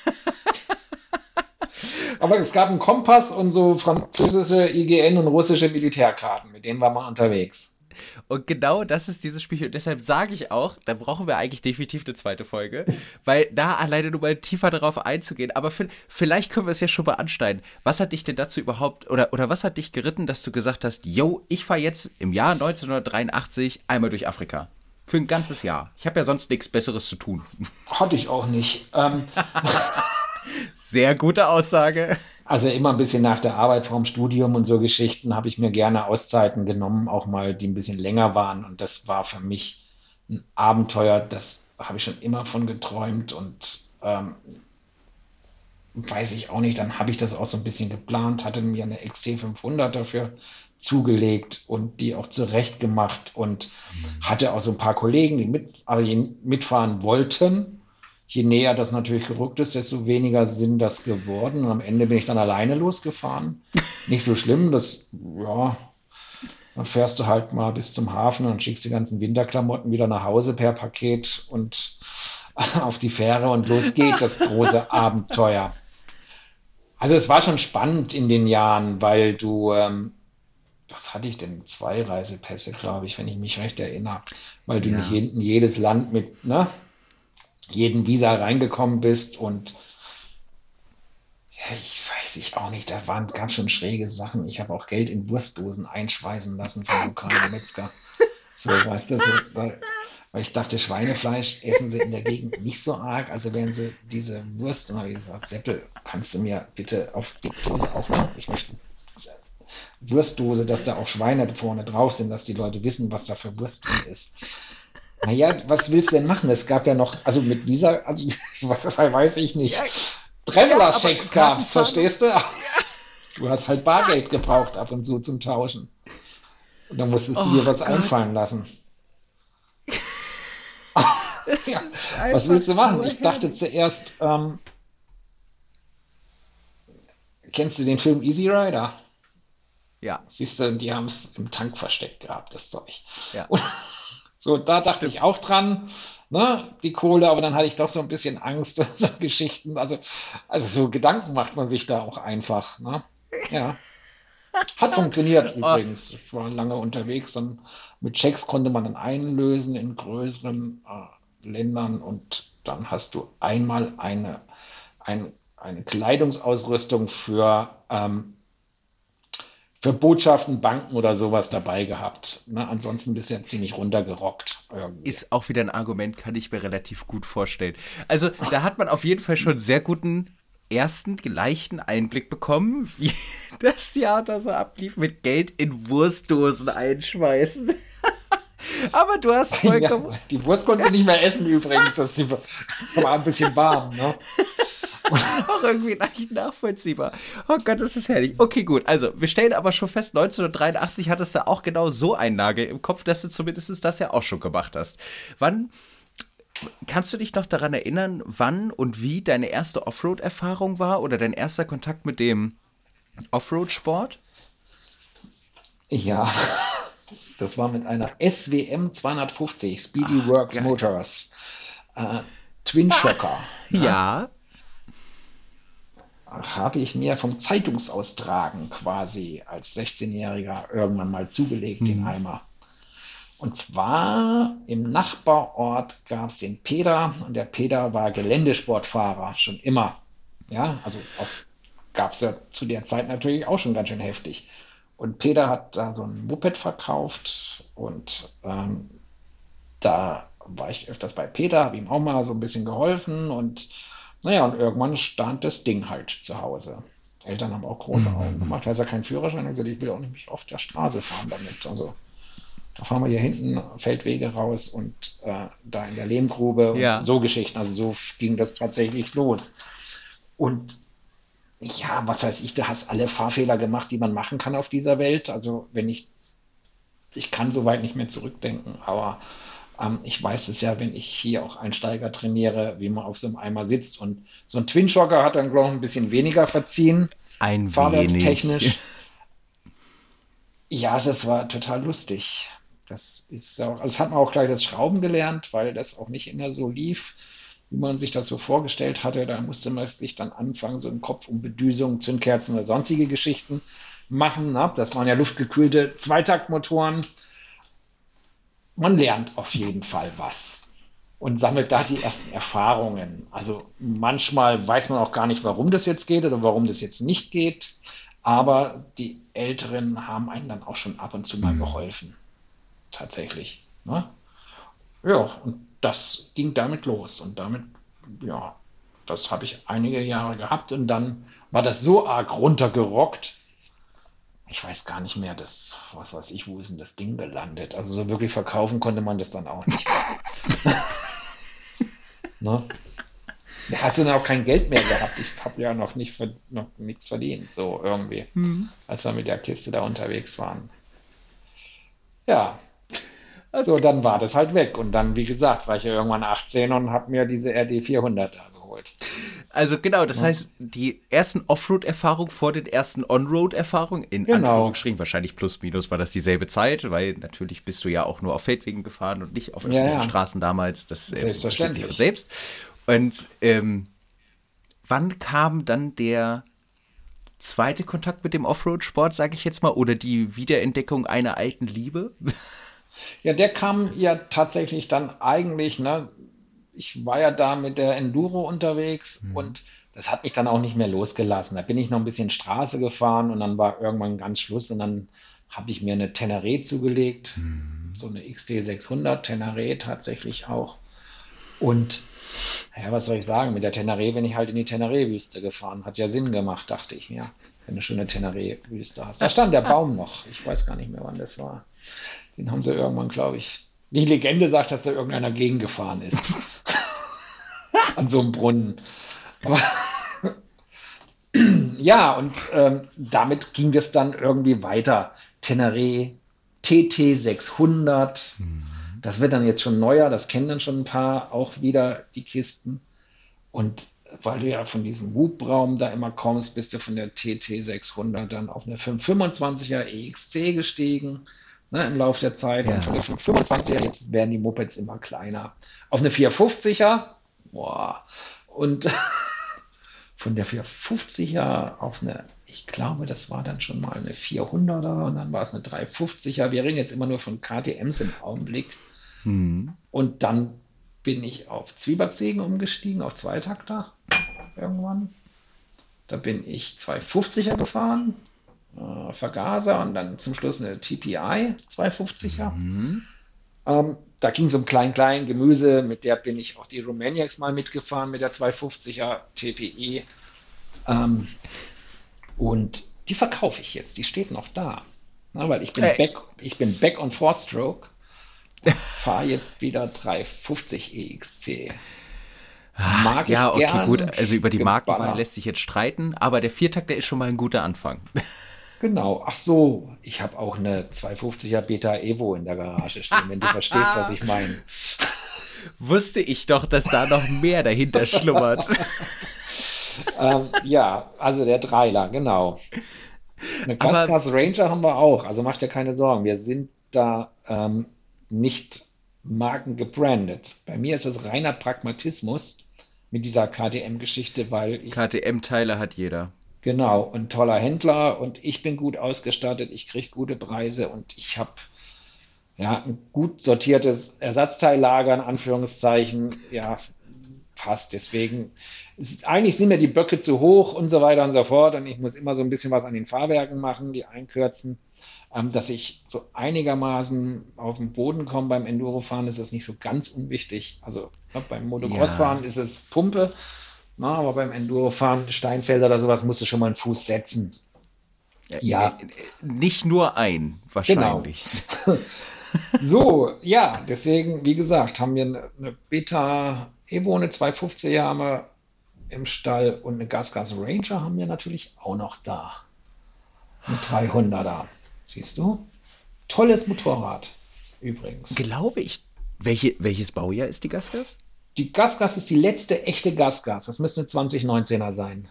Aber es gab einen Kompass und so französische I G N und russische Militärkarten, mit denen war man unterwegs. Und genau das ist dieses Spiel. Und deshalb sage ich auch, da brauchen wir eigentlich definitiv eine zweite Folge, weil da alleine nur mal tiefer darauf einzugehen. Aber vi- vielleicht können wir es ja schon mal anschneiden. Was hat dich denn dazu überhaupt, oder, oder was hat dich geritten, dass du gesagt hast, yo, ich fahre jetzt im Jahr neunzehnhundertdreiundachtzig einmal durch Afrika? Für ein ganzes Jahr. Ich habe ja sonst nichts Besseres zu tun. Hatte ich auch nicht. Ähm, Sehr gute Aussage. also immer ein bisschen nach der Arbeit vorm Studium und so Geschichten habe ich mir gerne Auszeiten genommen, auch mal, die ein bisschen länger waren. Und das war für mich ein Abenteuer, das habe ich schon immer von geträumt und ähm, weiß ich auch nicht. Dann habe ich das auch so ein bisschen geplant, hatte mir eine X T fünfhundert dafür zugelegt und die auch zurechtgemacht und hatte auch so ein paar Kollegen, die mit, also die mitfahren wollten. Je näher das natürlich gerückt ist, desto weniger sind das geworden. Und am Ende bin ich dann alleine losgefahren. Nicht so schlimm, das, ja, dann fährst du halt mal bis zum Hafen und schickst die ganzen Winterklamotten wieder nach Hause per Paket und auf die Fähre und los geht das große Abenteuer. Also es war schon spannend in den Jahren, weil du, ähm, was hatte ich denn? Zwei Reisepässe, glaube ich, wenn ich mich recht erinnere, weil du nicht Ja. in jedes Land mit, ne, jeden Visa reingekommen bist und Ich weiß ich auch nicht, da waren ganz schön schräge Sachen. Ich habe auch Geld in Wurstdosen einschweißen lassen vom lokalen Metzger. So, weißt du, so, da, weil ich dachte, Schweinefleisch essen sie in der Gegend nicht so arg. Also wenn sie diese Wurst, dann habe ich gesagt, Seppel, kannst du mir bitte auf die Dose auch noch, ich möchte Wurstdose, dass da auch Schweine vorne drauf sind, dass die Leute wissen, was da für Wurst drin ist. Naja, was willst du denn machen? Es gab ja noch, also mit dieser, also was weiß ich nicht, Ja, Dremler-Schecks ja, gab's, Kartenzahlung. verstehst du? Du hast halt Bargeld gebraucht ab und zu zum Tauschen. Und dann musstest du Oh dir was Gott, einfallen lassen. es Ja, ist was einfach willst du machen? nur Ich dachte herrlich. zuerst, ähm, kennst du den Film Easy Rider? Ja, Siehst du, die haben es im Tank versteckt gehabt, das Zeug. ja, Und so, da dachte stimmt. ich auch dran, ne, die Kohle, aber dann hatte ich doch so ein bisschen Angst, so Geschichten. Also, also so Gedanken macht man sich da auch einfach, ne? Ja. Hat funktioniert Oh, übrigens. Ich war lange unterwegs und mit Schecks konnte man dann einlösen in größeren äh, Ländern und dann hast du einmal eine, ein, eine Kleidungsausrüstung für, ähm, für Botschaften, Banken oder sowas dabei gehabt. Ne? Ansonsten bist du ja ziemlich runtergerockt irgendwie. ist auch wieder ein Argument, kann ich mir relativ gut vorstellen. Also, da hat man auf jeden Fall schon einen sehr guten ersten, leichten Einblick bekommen, wie das Jahr da so ablief mit Geld in Wurstdosen einschmeißen. Aber du hast Ja, vollkommen die Wurst konntest du nicht mehr essen übrigens. Das die war ein bisschen warm. Ne? auch irgendwie leicht nachvollziehbar. Oh Gott, das ist herrlich. Okay, gut. Also, wir stellen aber schon fest, neunzehnhundertdreiundachtzig hattest du auch genau so einen Nagel im Kopf, dass du zumindest das ja auch schon gemacht hast. Wann kannst du dich noch daran erinnern, wann und wie deine erste Offroad-Erfahrung war oder dein erster Kontakt mit dem Offroad-Sport? Ja, das war mit einer S W M zweihundertfünfzig, Speedy Ah, Works geil. Motors, äh, Twin Shocker. Ne? Ja. Habe ich mir vom Zeitungsaustragen quasi als sechzehnjähriger irgendwann mal zugelegt, den Hm. Eimer. Und zwar im Nachbarort gab es den Peter und der Peter war Geländesportfahrer, schon immer. Ja, also auch gab es ja zu der Zeit natürlich auch schon ganz schön heftig. Und Peter hat da so ein Moped verkauft und ähm, da war ich öfters bei Peter, habe ihm auch mal so ein bisschen geholfen und naja, und irgendwann stand das Ding halt zu Hause. Eltern haben auch große Augen gemacht, weil er keinen Führerschein hat, gesagt, ich will auch nicht auf der Straße fahren damit. Also da fahren wir hier hinten Feldwege raus und äh, da in der Lehmgrube und Ja. so Geschichten. Also so ging das tatsächlich los. Und ja, was weiß ich, du hast alle Fahrfehler gemacht, die man machen kann auf dieser Welt. Also wenn ich, ich kann so weit nicht mehr zurückdenken, aber ähm, ich weiß es ja, wenn ich hier auch Einsteiger trainiere, wie man auf so einem Eimer sitzt. Und so ein Twin-Shocker hat dann, glaube ich, ein bisschen weniger verziehen, Ein wenig. fahrwerkstechnisch. Ja, das war total lustig. Das ist auch, also das hat man auch gleich das Schrauben gelernt, weil das auch nicht immer so lief, wie man sich das so vorgestellt hatte. Da musste man sich dann anfangen, so im Kopf um Bedüsung, Zündkerzen oder sonstige Geschichten machen. Ne? Das waren ja luftgekühlte Zweitaktmotoren. Man lernt auf jeden Fall was und sammelt da die ersten Erfahrungen. Also manchmal weiß man auch gar nicht, warum das jetzt geht oder warum das jetzt nicht geht. Aber die Älteren haben einem dann auch schon ab und zu mal Hm. geholfen, tatsächlich. Ne? Ja, und das ging damit los. Und damit, ja, das habe ich einige Jahre gehabt. Und dann war das so arg runtergerockt. Ich weiß gar nicht mehr, das, was weiß ich, wo ist denn das Ding gelandet? Also so wirklich verkaufen konnte man das dann auch nicht mehr. Ne? Da hast du dann auch kein Geld mehr gehabt. Ich habe ja noch nicht ver- noch nichts verdient, so irgendwie, Hm. als wir mit der Kiste da unterwegs waren. Ja, so, Okay. dann war das halt weg. Und dann, wie gesagt, war ich ja irgendwann achtzehn und habe mir diese R D vierhundert da geholt. Also genau, das Ne? heißt, die ersten Offroad-Erfahrungen vor den ersten On-Road-Erfahrungen, in Genau. Anführungsstrichen, wahrscheinlich plus minus war das dieselbe Zeit, weil natürlich bist du ja auch nur auf Feldwegen gefahren und nicht auf Ja, öffentlichen ja, Straßen damals, das ähm, versteht sich von selbstverständlich. selbst. Und ähm, wann kam dann der zweite Kontakt mit dem Offroad-Sport, sage ich jetzt mal, oder die Wiederentdeckung einer alten Liebe? Ja, der kam ja tatsächlich dann eigentlich, ne, ich war ja da mit der Enduro unterwegs Hm. und es hat mich dann auch nicht mehr losgelassen. Da bin ich noch ein bisschen Straße gefahren und dann war irgendwann ganz Schluss und dann habe ich mir eine Tenere zugelegt, so eine X T sechshundert Tenere tatsächlich auch. Und ja, was soll ich sagen, mit der Tenere bin ich halt in die Tenere-Wüste gefahren. Hat ja Sinn gemacht, dachte ich mir, wenn du schon eine Tenere-Wüste hast. Da stand der Baum noch. Ich weiß gar nicht mehr, wann das war. Den haben sie irgendwann, glaube ich. Die Legende sagt, dass da irgendeiner gegengefahren ist. An so einem Brunnen. Aber ja, und ähm, damit ging das dann irgendwie weiter. Tenere T T sechshundert. Das wird dann jetzt schon neuer, das kennen dann schon ein paar auch wieder die Kisten. Und weil du ja von diesem Hubraum da immer kommst, bist du von der T T sechshundert dann auf eine fünfhundertfünfundzwanziger E X C gestiegen, ne, im Laufe der Zeit. Ja. Und von der fünfhundertfünfundzwanziger, jetzt werden die Mopeds immer kleiner. Auf eine vierhundertfünfziger, boah, und von der vierhundertfünfziger auf eine, ich glaube, das war dann schon mal eine vierhunderter und dann war es eine dreihundertfünfziger. Wir reden jetzt immer nur von K T Ms im Augenblick. Mhm. Und dann bin ich auf Zwiebacksägen umgestiegen, auf Zweitakter irgendwann. Da bin ich zweihundertfünfziger gefahren, äh, Vergaser und dann zum Schluss eine T P I zweihundertfünfziger. Mhm. Ähm, da ging es um klein-klein Gemüse, mit der bin ich auch die Romaniacs mal mitgefahren, mit der zweihundertfünfziger T P I. Ähm, und die verkaufe ich jetzt, die steht noch da. Na, weil ich bin, Äh. back, ich bin back on Four-Stroke, fahre jetzt wieder dreihundertfünfzig E X C. Mag ich Ja, okay, gern. gut. Also über die Markenwahl Geballer. lässt sich jetzt streiten, aber der Viertakter ist schon mal ein guter Anfang. Genau, ach so, ich habe auch eine zweihundertfünfziger Beta Evo in der Garage stehen, wenn du verstehst, was ich meine. Wusste ich doch, dass da noch mehr dahinter schlummert. ähm, ja, also der Dreiler, genau. Eine Aber- Gasgas Ranger haben wir auch, also macht dir keine Sorgen, wir sind da ähm, nicht markengebrandet. Bei mir ist es reiner Pragmatismus mit dieser K T M-Geschichte, weil ich K T M-Teile hat jeder. genau, ein toller Händler und ich bin gut ausgestattet, ich kriege gute Preise und ich habe ja ein gut sortiertes Ersatzteillager, in Anführungszeichen, ja, passt. Deswegen, es ist, eigentlich sind mir die Böcke zu hoch und so weiter und so fort und ich muss immer so ein bisschen was an den Fahrwerken machen, die einkürzen, ähm, dass ich so einigermaßen auf den Boden komme. Beim Endurofahren ist das nicht so ganz unwichtig. Also ne, beim Motocrossfahren Ja. ist es Pumpe. Na, aber beim Endurofahren, Steinfelder oder sowas, musst du schon mal einen Fuß setzen. Ja. Äh, Nicht nur ein, wahrscheinlich. So, ja, deswegen, wie gesagt, haben wir eine, eine Beta Evo, eine zweihundertfünfziger haben wir im Stall und eine Gasgas Ranger haben wir natürlich auch noch da. Eine dreihunderter, siehst du? Tolles Motorrad, übrigens. Glaube ich. Welche, welches Baujahr ist die Gasgas? Die Gasgas ist die letzte echte Gasgas. Das müsste eine zwanzig neunzehner sein.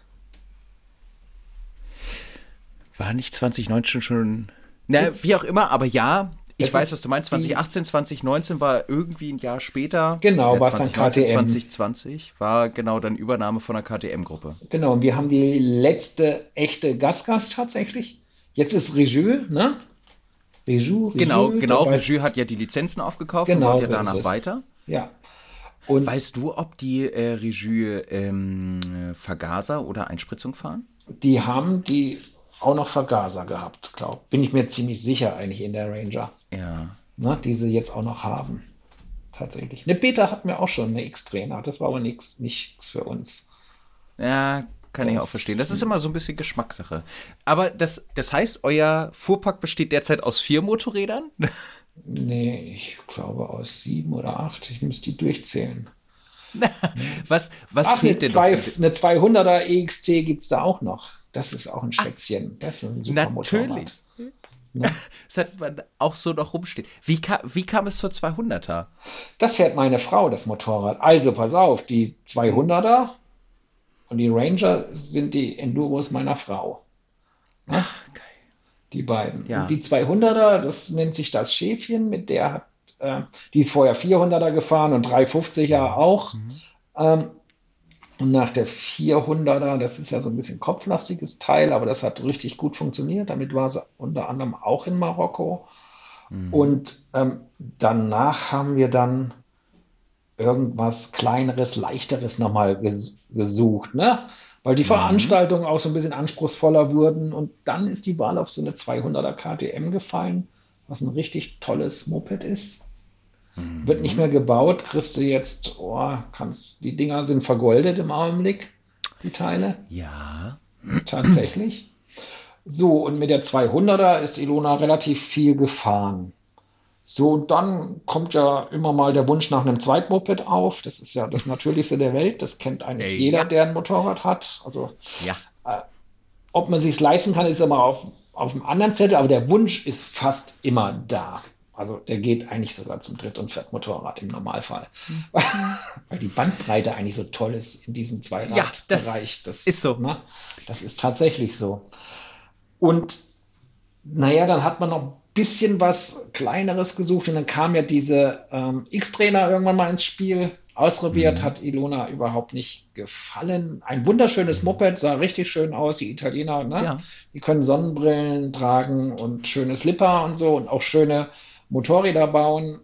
War nicht zwanzig neunzehn schon. Na, Ist- wie auch immer, aber ja, ich Es weiß, ist was du meinst. die- zwanzig achtzehn, zwanzig neunzehn war irgendwie ein Jahr später. Genau, Ja, war es dann zwanzig neunzehn, K T M. zwanzig zwanzig war genau dann Übernahme von der K T M-Gruppe. Genau, und wir haben die letzte echte Gasgas tatsächlich. Jetzt ist Reju, ne? Reju, Genau, Reju, genau. der weiß- Reju hat ja die Lizenzen aufgekauft Genau, und wollte ja so ist danach es. weiter. Ja. Und Weißt du, ob die äh, Reju ähm, äh, Vergaser oder Einspritzung fahren? die haben die auch noch Vergaser gehabt, glaube ich. Bin ich mir ziemlich sicher eigentlich in der Ranger, Ja. ne? Die sie jetzt auch noch haben. Tatsächlich. Eine Beta hatten wir auch schon, eine X-Trainer. Das war aber nichts nichts für uns. Ja, kann ich Das- auch verstehen. Das ist immer so ein bisschen Geschmackssache. Aber das, das heißt, euer Fuhrpark besteht derzeit aus vier Motorrädern? Nee, ich glaube aus sieben oder acht. Ich muss die durchzählen. Was, was Ach, eine, fehlt denn zwei, noch? eine zweihunderter E X C gibt es da auch noch. Das ist auch ein Schätzchen. Das ist ein super Natürlich. Motorrad. Ne? Das hat man auch so noch rumstehen. Wie, ka wie kam es zur zweihunderter? Das fährt meine Frau, das Motorrad. Also pass auf, die zweihunderter und die Ranger sind die Enduros meiner Frau. Ne? Geil. Die beiden. Ja. Und die zweihunderter, das nennt sich das Schäfchen, mit der hat, äh, die ist vorher vierhunderter gefahren und dreihundertfünfziger auch. Ähm, und nach der vierhunderter, das ist ja so ein bisschen kopflastiges Teil, aber das hat richtig gut funktioniert. Damit war sie unter anderem auch in Marokko. Und ähm, danach haben wir dann irgendwas Kleineres, Leichteres nochmal ges gesucht, ne? weil die Mhm. Veranstaltungen auch so ein bisschen anspruchsvoller wurden. Und dann ist die Wahl auf so eine zweihunderter K T M gefallen, was ein richtig tolles Moped ist. Wird nicht mehr Mhm. gebaut, kriegst du jetzt, oh, kannst, die Dinger sind vergoldet im Augenblick, die Teile, Ja. tatsächlich. So, und mit der zweihunderter ist Ilona relativ viel gefahren. So, und dann kommt ja immer mal der Wunsch nach einem Zweitmoped auf. Das ist ja das Natürlichste der Welt. Das kennt eigentlich Äh, jeder, ja. der ein Motorrad hat. Also, Ja. ob man sich leisten kann, ist immer auf, auf einem anderen Zettel, aber der Wunsch ist fast immer da. Also, der geht eigentlich sogar zum Dritt- und Viertmotorrad im Normalfall. Mhm. Weil die Bandbreite eigentlich so toll ist in diesem Ja, Zweiradbereich. das ist Das, so. ne, das ist tatsächlich so. Und naja, dann hat man noch ein bisschen was Kleineres gesucht und dann kam ja diese ähm, X-Trainer irgendwann mal ins Spiel. Ausprobiert Mhm. hat Ilona überhaupt nicht gefallen. Ein wunderschönes Mhm. Moped, sah richtig schön aus. Die Italiener, ne? Ja. Die können Sonnenbrillen tragen und schöne Slipper und so und auch schöne Motorräder bauen.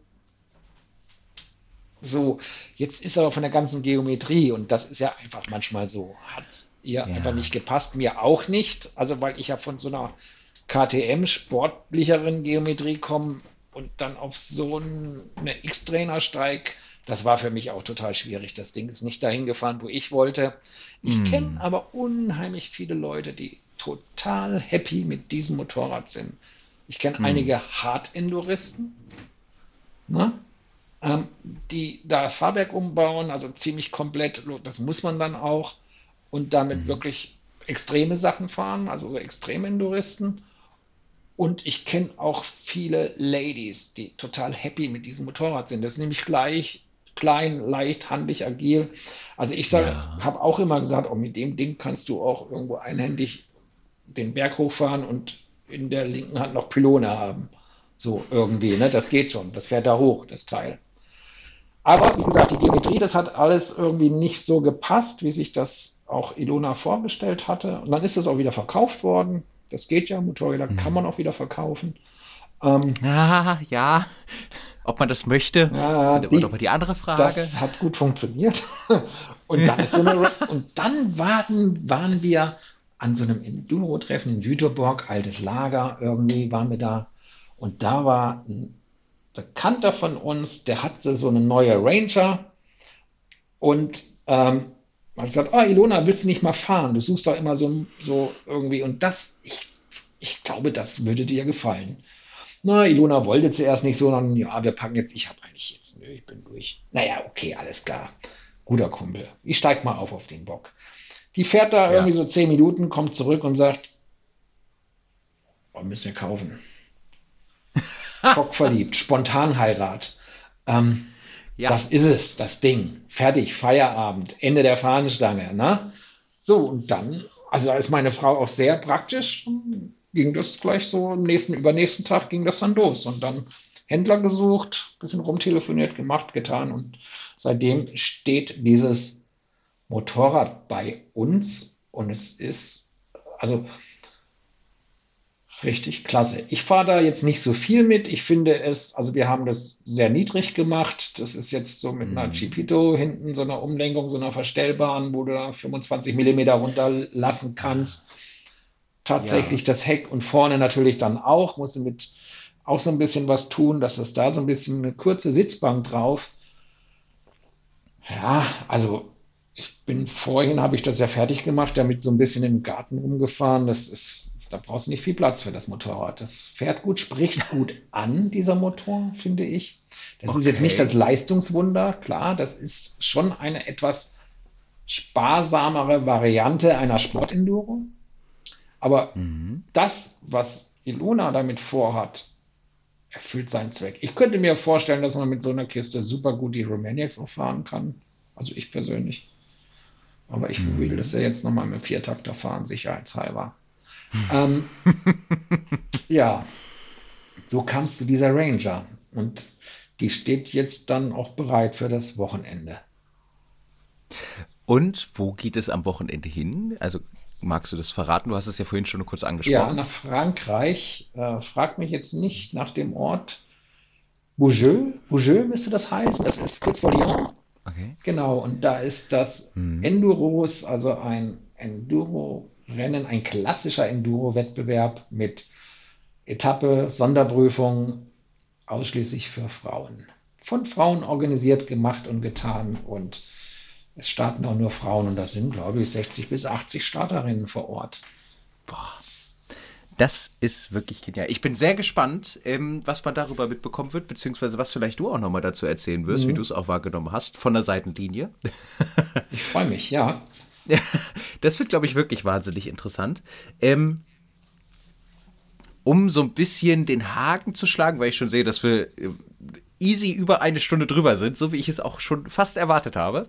So, jetzt ist aber von der ganzen Geometrie und das ist ja einfach manchmal so, hat ihr einfach nicht Ja. gepasst, mir auch nicht. Also, weil ich ja von so einer K T M sportlicheren Geometrie komme und dann auf so ein- eine X-Trainer steige, das war für mich auch total schwierig. Das Ding ist nicht dahin gefahren, wo ich wollte. Ich kenne Mhm. aber unheimlich viele Leute, die total happy mit diesem Motorrad sind. Ich kenne Mhm. einige Hard-Enduristen, ne? ähm, die da das Fahrwerk umbauen, also ziemlich komplett, das muss man dann auch, und damit Mhm. wirklich extreme Sachen fahren, also so Extremenduristen. Und ich kenne auch viele Ladies, die total happy mit diesem Motorrad sind. Das ist nämlich gleich klein, leicht, handlich, agil. Also ich Ja. habe auch immer gesagt, oh, mit dem Ding kannst du auch irgendwo einhändig den Berg hochfahren und in der linken Hand noch Pylone haben. So irgendwie, ne? Das geht schon. Das fährt da hoch, das Teil. Aber wie gesagt, die Geometrie, das hat alles irgendwie nicht so gepasst, wie sich das auch Ilona vorgestellt hatte. Und dann ist es auch wieder verkauft worden. Das geht ja, Motorräder kann man Mhm. auch wieder verkaufen. Ähm, Ah, ja. Ob man das möchte, ist ja, dann immer noch die, mal die andere Frage. das hat gut funktioniert. Und dann ist so eine, und dann waren, waren wir an so einem Enduro-Treffen in Jüterbog, altes Lager, irgendwie waren wir da. Und da war ein Bekannter von uns, der hatte so eine neue Ranger. Und ähm, man hat gesagt, oh Ilona, willst du nicht mal fahren? Du suchst doch immer so, so irgendwie. Und das, ich, ich glaube, das würde dir gefallen. Na, Ilona wollte zuerst nicht so, dann, ja, wir packen jetzt, ich habe eigentlich jetzt, nö, ich bin durch. Naja, okay, alles klar. Guter Kumpel. Ich steig mal auf auf den Bock. Die fährt da irgendwie Ja. so zehn Minuten, kommt zurück und sagt, oh, müssen wir kaufen. Schockverliebt, Spontanheirat. Ähm, Ja. Das ist es, das Ding. Fertig, Feierabend, Ende der Fahnenstange. Ne? So, und dann, also da ist meine Frau auch sehr praktisch, ging das gleich so am nächsten, übernächsten Tag ging das dann los. Und dann Händler gesucht, bisschen rumtelefoniert, gemacht, getan. Und seitdem steht dieses Motorrad bei uns und es ist, also richtig, klasse. Ich fahre da jetzt nicht so viel mit. Ich finde es, also wir haben das sehr niedrig gemacht. Das ist jetzt so mit einer Mhm. Chipito hinten, so einer Umlenkung, so einer verstellbaren, wo du da fünfundzwanzig Millimeter runterlassen Ah, kannst. ja. Tatsächlich das Heck und vorne natürlich dann auch. Musst du mit auch so ein bisschen was tun, dass es da so ein bisschen eine kurze Sitzbank drauf. Ja, also ich bin vorhin, habe ich das ja fertig gemacht, damit so ein bisschen im Garten rumgefahren. Das ist, da brauchst du nicht viel Platz für das Motorrad. Das fährt gut, spricht gut an, dieser Motor, finde ich. Das ist jetzt nicht das Okay. Leistungswunder, klar, das ist schon eine etwas sparsamere Variante einer Sportenduro. Aber Mhm. das, was Ilona damit vorhat, erfüllt seinen Zweck. Ich könnte mir vorstellen, dass man mit so einer Kiste super gut die Romaniacs auch fahren kann. Also ich persönlich. Aber ich will das Mhm. ja jetzt nochmal mit Viertakter fahren, sicherheitshalber. Ähm, ja, so kam es zu dieser Ranger. Und die steht jetzt dann auch bereit für das Wochenende. Und wo geht es am Wochenende hin? Also magst du das verraten? Du hast es ja vorhin schon kurz Ja, angesprochen. nach Frankreich. Äh, frag mich jetzt nicht nach dem Ort. Bougeux, Bougeux müsste das heißen. Das ist kurz vor Lyon. Okay. Genau, und da ist das Mhm. Enduros, also ein Enduro-Rennen, ein klassischer Enduro-Wettbewerb mit Etappe, Sonderprüfung, ausschließlich für Frauen. Von Frauen organisiert, gemacht und getan und es starten auch nur Frauen und das sind, glaube ich, sechzig bis achtzig Starterinnen vor Ort. Boah. Das ist wirklich genial. Ich bin sehr gespannt, ähm, was man darüber mitbekommen wird, beziehungsweise was vielleicht du auch nochmal dazu erzählen wirst, mhm. wie du es auch wahrgenommen hast, von der Seitenlinie. Ich freue mich, ja. Das wird, glaube ich, wirklich wahnsinnig interessant. Ähm, um so ein bisschen den Haken zu schlagen, weil ich schon sehe, dass wir easy über eine Stunde drüber sind, so wie ich es auch schon fast erwartet habe.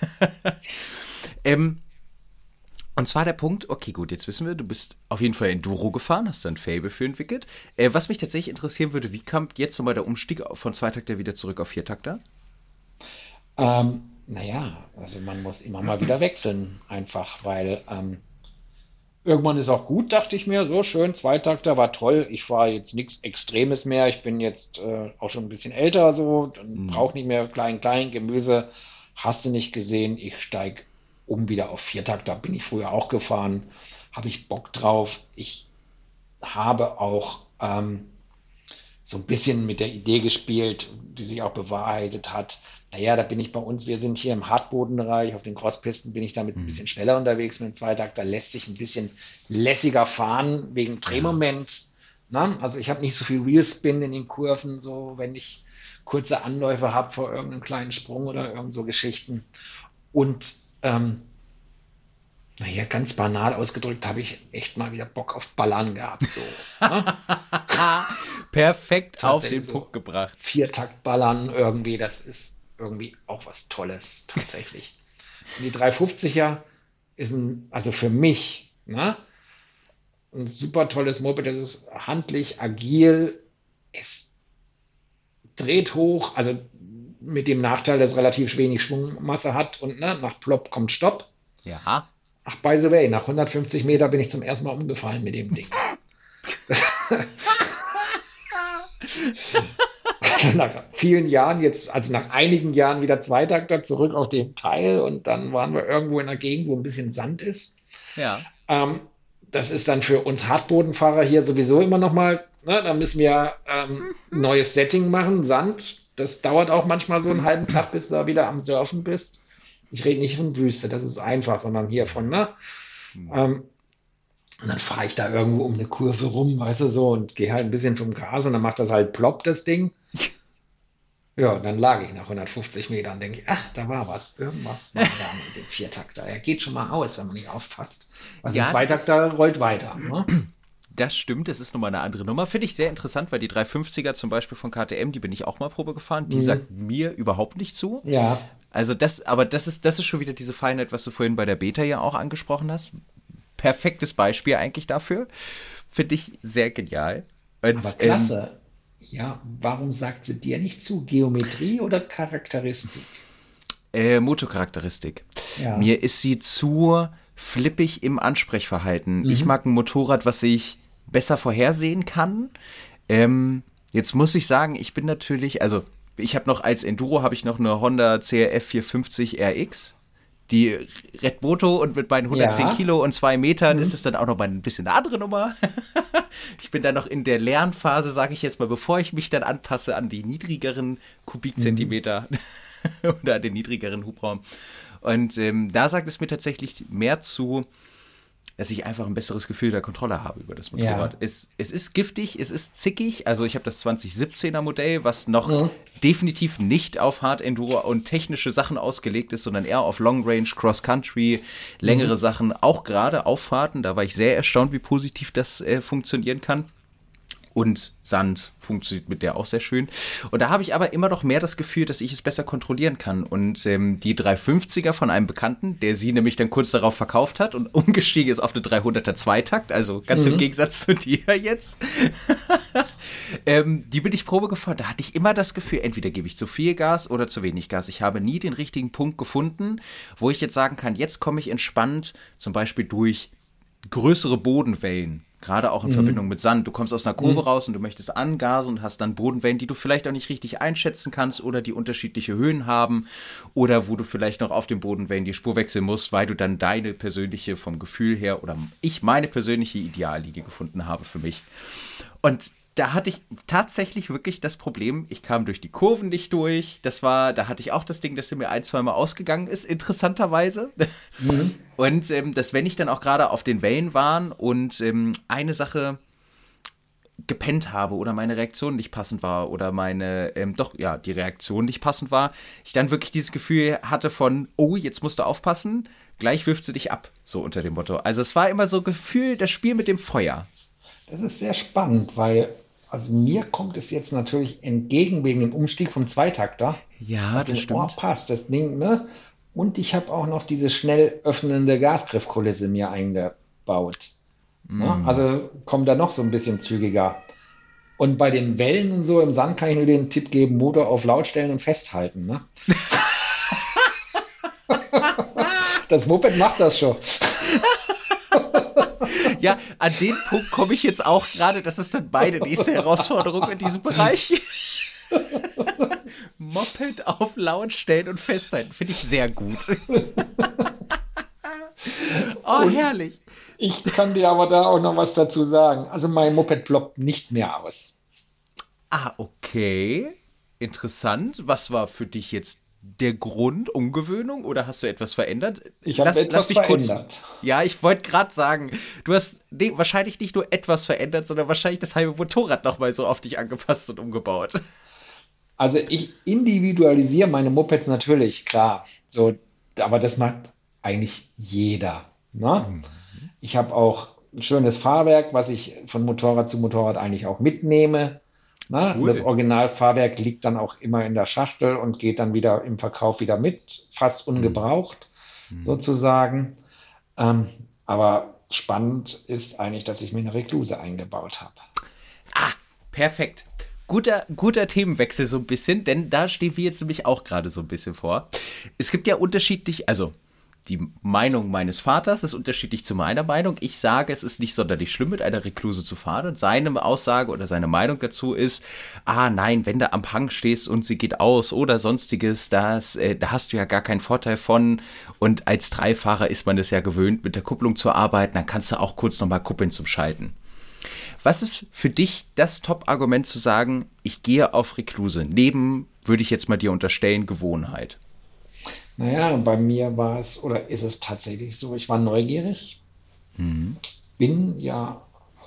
ähm, Und zwar der Punkt, okay, gut, jetzt wissen wir, du bist auf jeden Fall Enduro gefahren, hast da ein Faible für entwickelt. Äh, was mich tatsächlich interessieren würde, wie kam jetzt nochmal der Umstieg von Zweitakter wieder zurück auf Viertakter? Ähm, naja, also man muss immer mal wieder wechseln, einfach, weil ähm, irgendwann ist auch gut, dachte ich mir, so schön, Zweitakter war toll. Ich fahre jetzt nichts Extremes mehr, ich bin jetzt äh, auch schon ein bisschen älter, so, dann Hm. brauche nicht mehr klein, klein, Gemüse, hast du nicht gesehen, ich steige um wieder auf Viertakter, bin ich früher auch gefahren, habe ich Bock drauf. Ich habe auch ähm, so ein bisschen mit der Idee gespielt, die sich auch bewahrheitet hat. Naja, da bin ich bei uns, wir sind hier im Hartbodenbereich, auf den Crosspisten bin ich damit ein Hm. bisschen schneller unterwegs mit dem Zweitakter, lässt sich ein bisschen lässiger fahren wegen Ja. Drehmoment. Na? Also ich habe nicht so viel Wheelspin in den Kurven, so wenn ich kurze Anläufe habe vor irgendeinem kleinen Sprung oder irgend so Geschichten. Und ähm, naja, ganz banal ausgedrückt, habe ich echt mal wieder Bock auf Ballern gehabt. So, ne? Perfekt auf Tatsächlich den so Punkt gebracht. Viertaktballern irgendwie, das ist irgendwie auch was Tolles, tatsächlich. Und die dreihundertfünfziger ist ein, also für mich, ne, ein super tolles Moped. Das ist handlich, agil, es dreht hoch, also mit dem Nachteil, dass es relativ wenig Schwungmasse hat und ne, nach Plop kommt Stopp. Ja. Ach, by the way, nach hundertfünfzig Meter bin ich zum ersten Mal umgefallen mit dem Ding. Also nach vielen Jahren, jetzt, also nach einigen Jahren wieder Zweitakter zurück auf dem Teil und dann waren wir irgendwo in einer Gegend, wo ein bisschen Sand ist. Ja. Ähm, das ist dann für uns Hartbodenfahrer hier sowieso immer nochmal, ne, da müssen wir ähm, ein neues Setting machen, Sand. Das dauert auch manchmal so einen halben Tag, bis du da wieder am Surfen bist. Ich rede nicht von Wüste, das ist einfach, sondern hier von, ne? Ähm, und dann fahre ich da irgendwo um eine Kurve rum, weißt du, so, und gehe halt ein bisschen vom Gas und dann macht das halt plopp, das Ding. Ja, dann lag ich nach hundertfünfzig Metern, denke ich, ach, da war was, irgendwas war da mit dem Viertakter. Er geht schon mal aus, wenn man nicht aufpasst. Also ein Ja, das ist, Zweitakter rollt weiter, ne? das stimmt, das ist nochmal eine andere Nummer. Finde ich sehr interessant, weil die dreihundertfünfziger zum Beispiel von K T M, die bin ich auch mal Probe gefahren, die Mhm. sagt mir überhaupt nicht zu. Ja, Also das, aber das ist, das ist schon wieder diese Feinheit, was du vorhin bei der Beta ja auch angesprochen hast. Perfektes Beispiel eigentlich dafür. Finde ich sehr genial. aber Und ähm, klasse. Ja, warum sagt sie dir nicht zu? Geometrie oder Charakteristik? äh, Motocharakteristik. Ja. Mir ist sie zu flippig im Ansprechverhalten. Ich Mhm. mag ein Motorrad, was ich besser vorhersehen kann. Ähm, jetzt muss ich sagen, ich bin natürlich, also ich habe noch als Enduro habe ich noch eine Honda C R F vierhundertfünfzig R X. Die Red Moto und mit meinen hundertzehn Ja. Kilo und zwei Metern ist Mhm. es dann auch noch mal ein bisschen eine andere Nummer. Ich bin da noch in der Lernphase, sage ich jetzt mal, bevor ich mich dann anpasse an die niedrigeren Mhm. Kubikzentimeter oder an den niedrigeren Hubraum. Und ähm, da sagt es mir tatsächlich mehr zu, dass ich einfach ein besseres Gefühl der Kontrolle habe über das Motorrad. Ja. Es, es ist giftig, es ist zickig. Also ich habe das zwanzig siebzehner Modell, was noch Mhm. definitiv nicht auf Hard Enduro und technische Sachen ausgelegt ist, sondern eher auf Long Range, Cross Country, längere Mhm. Sachen, auch gerade Auffahrten. Da war ich sehr erstaunt, wie positiv das äh, funktionieren kann. Und Sand funktioniert mit der auch sehr schön. Und da habe ich aber immer noch mehr das Gefühl, dass ich es besser kontrollieren kann. Und ähm, die dreihundertfünfziger von einem Bekannten, der sie nämlich dann kurz darauf verkauft hat und umgestiegen ist auf eine dreihunderter Zweitakt, also ganz im Mhm. Gegensatz zu dir jetzt, ähm, die bin ich Probe gefahren. Da hatte ich immer das Gefühl, entweder gebe ich zu viel Gas oder zu wenig Gas. Ich habe nie den richtigen Punkt gefunden, wo ich jetzt sagen kann, jetzt komme ich entspannt zum Beispiel durch größere Bodenwellen. Gerade auch in mhm. Verbindung mit Sand. Du kommst aus einer Kurve mhm. raus und du möchtest angasen und hast dann Bodenwellen, die du vielleicht auch nicht richtig einschätzen kannst oder die unterschiedliche Höhen haben oder wo du vielleicht noch auf den Bodenwellen die Spur wechseln musst, weil du dann deine persönliche, vom Gefühl her oder ich meine persönliche Ideallinie gefunden habe für mich. Und da hatte ich tatsächlich wirklich das Problem, ich kam durch die Kurven nicht durch. Das war, da hatte ich auch das Ding, dass sie mir ein, zwei Mal ausgegangen ist, interessanterweise. Mhm. Und ähm, dass wenn ich dann auch gerade auf den Wellen war und ähm, eine Sache gepennt habe oder meine Reaktion nicht passend war oder meine, ähm, doch, ja, die Reaktion nicht passend war, ich dann wirklich dieses Gefühl hatte von, oh, jetzt musst du aufpassen, gleich wirft sie dich ab, so unter dem Motto. Also es war immer so Gefühl, das Spiel mit dem Feuer. Das ist sehr spannend, weil also mir kommt es jetzt natürlich entgegen wegen dem Umstieg vom Zweitakter. Ja, also das stimmt. Oh, passt, das Ding, ne? Und ich habe auch noch diese schnell öffnende Gasgriffkulisse mir eingebaut. Mm. Ne? Also kommt da noch so ein bisschen zügiger. Und bei den Wellen und so im Sand kann ich nur den Tipp geben, Motor auf laut stellen und festhalten. Ne? Das Moped macht das schon. Ja, an den Punkt komme ich jetzt auch gerade. Das ist dann meine nächste Herausforderung in diesem Bereich. Moped auf laut stellen und festhalten. Finde ich sehr gut. Oh, und herrlich. Ich kann dir aber da auch noch was dazu sagen. Also mein Moped ploppt nicht mehr aus. Ah, okay. Interessant. Was war für dich jetzt der Grund, Umgewöhnung, oder hast du etwas verändert? Ich habe etwas lass mich verändert. Kurz, ja, ich wollte gerade sagen, du hast nee, wahrscheinlich nicht nur etwas verändert, sondern wahrscheinlich das halbe Motorrad nochmal so auf dich angepasst und umgebaut. Also ich individualisiere meine Mopeds natürlich, klar. So, aber das macht eigentlich jeder. Ne? Mhm. Ich habe auch ein schönes Fahrwerk, was ich von Motorrad zu Motorrad eigentlich auch mitnehme. Na, cool. Das Originalfahrwerk liegt dann auch immer in der Schachtel und geht dann wieder im Verkauf wieder mit, fast ungebraucht mhm. sozusagen. Ähm, aber spannend ist eigentlich, dass ich mir eine Rekluse eingebaut habe. Ah, perfekt. Guter, guter Themenwechsel so ein bisschen, denn da stehen wir jetzt nämlich auch gerade so ein bisschen vor. Es gibt ja unterschiedlich, also die Meinung meines Vaters ist unterschiedlich zu meiner Meinung. Ich sage, es ist nicht sonderlich schlimm, mit einer Rekluse zu fahren. Und seine Aussage oder seine Meinung dazu ist, ah nein, wenn du am Hang stehst und sie geht aus oder sonstiges, das, äh, da hast du ja gar keinen Vorteil von. Und als Dreifahrer ist man es ja gewöhnt, mit der Kupplung zu arbeiten. Dann kannst du auch kurz nochmal kuppeln zum Schalten. Was ist für dich das Top-Argument zu sagen, ich gehe auf Rekluse? Neben, würde ich jetzt mal dir unterstellen, Gewohnheit. Naja, bei mir war es oder ist es tatsächlich so, ich war neugierig, mhm. bin ja,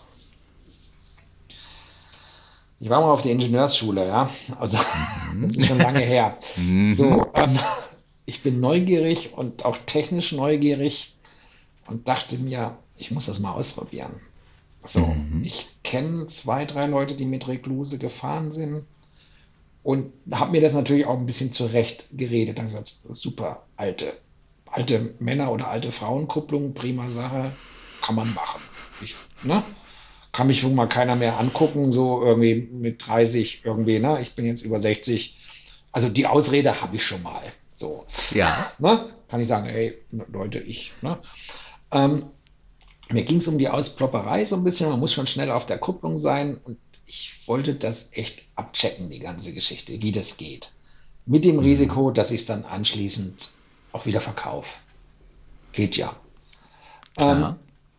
ich war mal auf der Ingenieursschule, ja, also mhm. das ist schon lange her. Mhm. So, ähm, ich bin neugierig und auch technisch neugierig und dachte mir, ich muss das mal ausprobieren. So, mhm. ich kenne zwei, drei Leute, die mit Rekluse gefahren sind. Und habe mir das natürlich auch ein bisschen zurecht geredet. Dann gesagt, super, alte, alte Männer- oder alte Frauenkupplung, prima Sache, kann man machen. Ich, ne? Kann mich schon mal keiner mehr angucken, so irgendwie mit dreißig irgendwie, ne? Ich bin jetzt über sechzig. Also die Ausrede habe ich schon mal. So. Ja. Ne? Kann ich sagen, ey, Leute, ich, ne? Ähm, mir ging es um die Ausplopperei so ein bisschen, man muss schon schnell auf der Kupplung sein und ich wollte das echt abchecken, die ganze Geschichte, wie das geht. Mit dem Risiko, dass ich es dann anschließend auch wieder verkaufe. Geht ja. Ähm,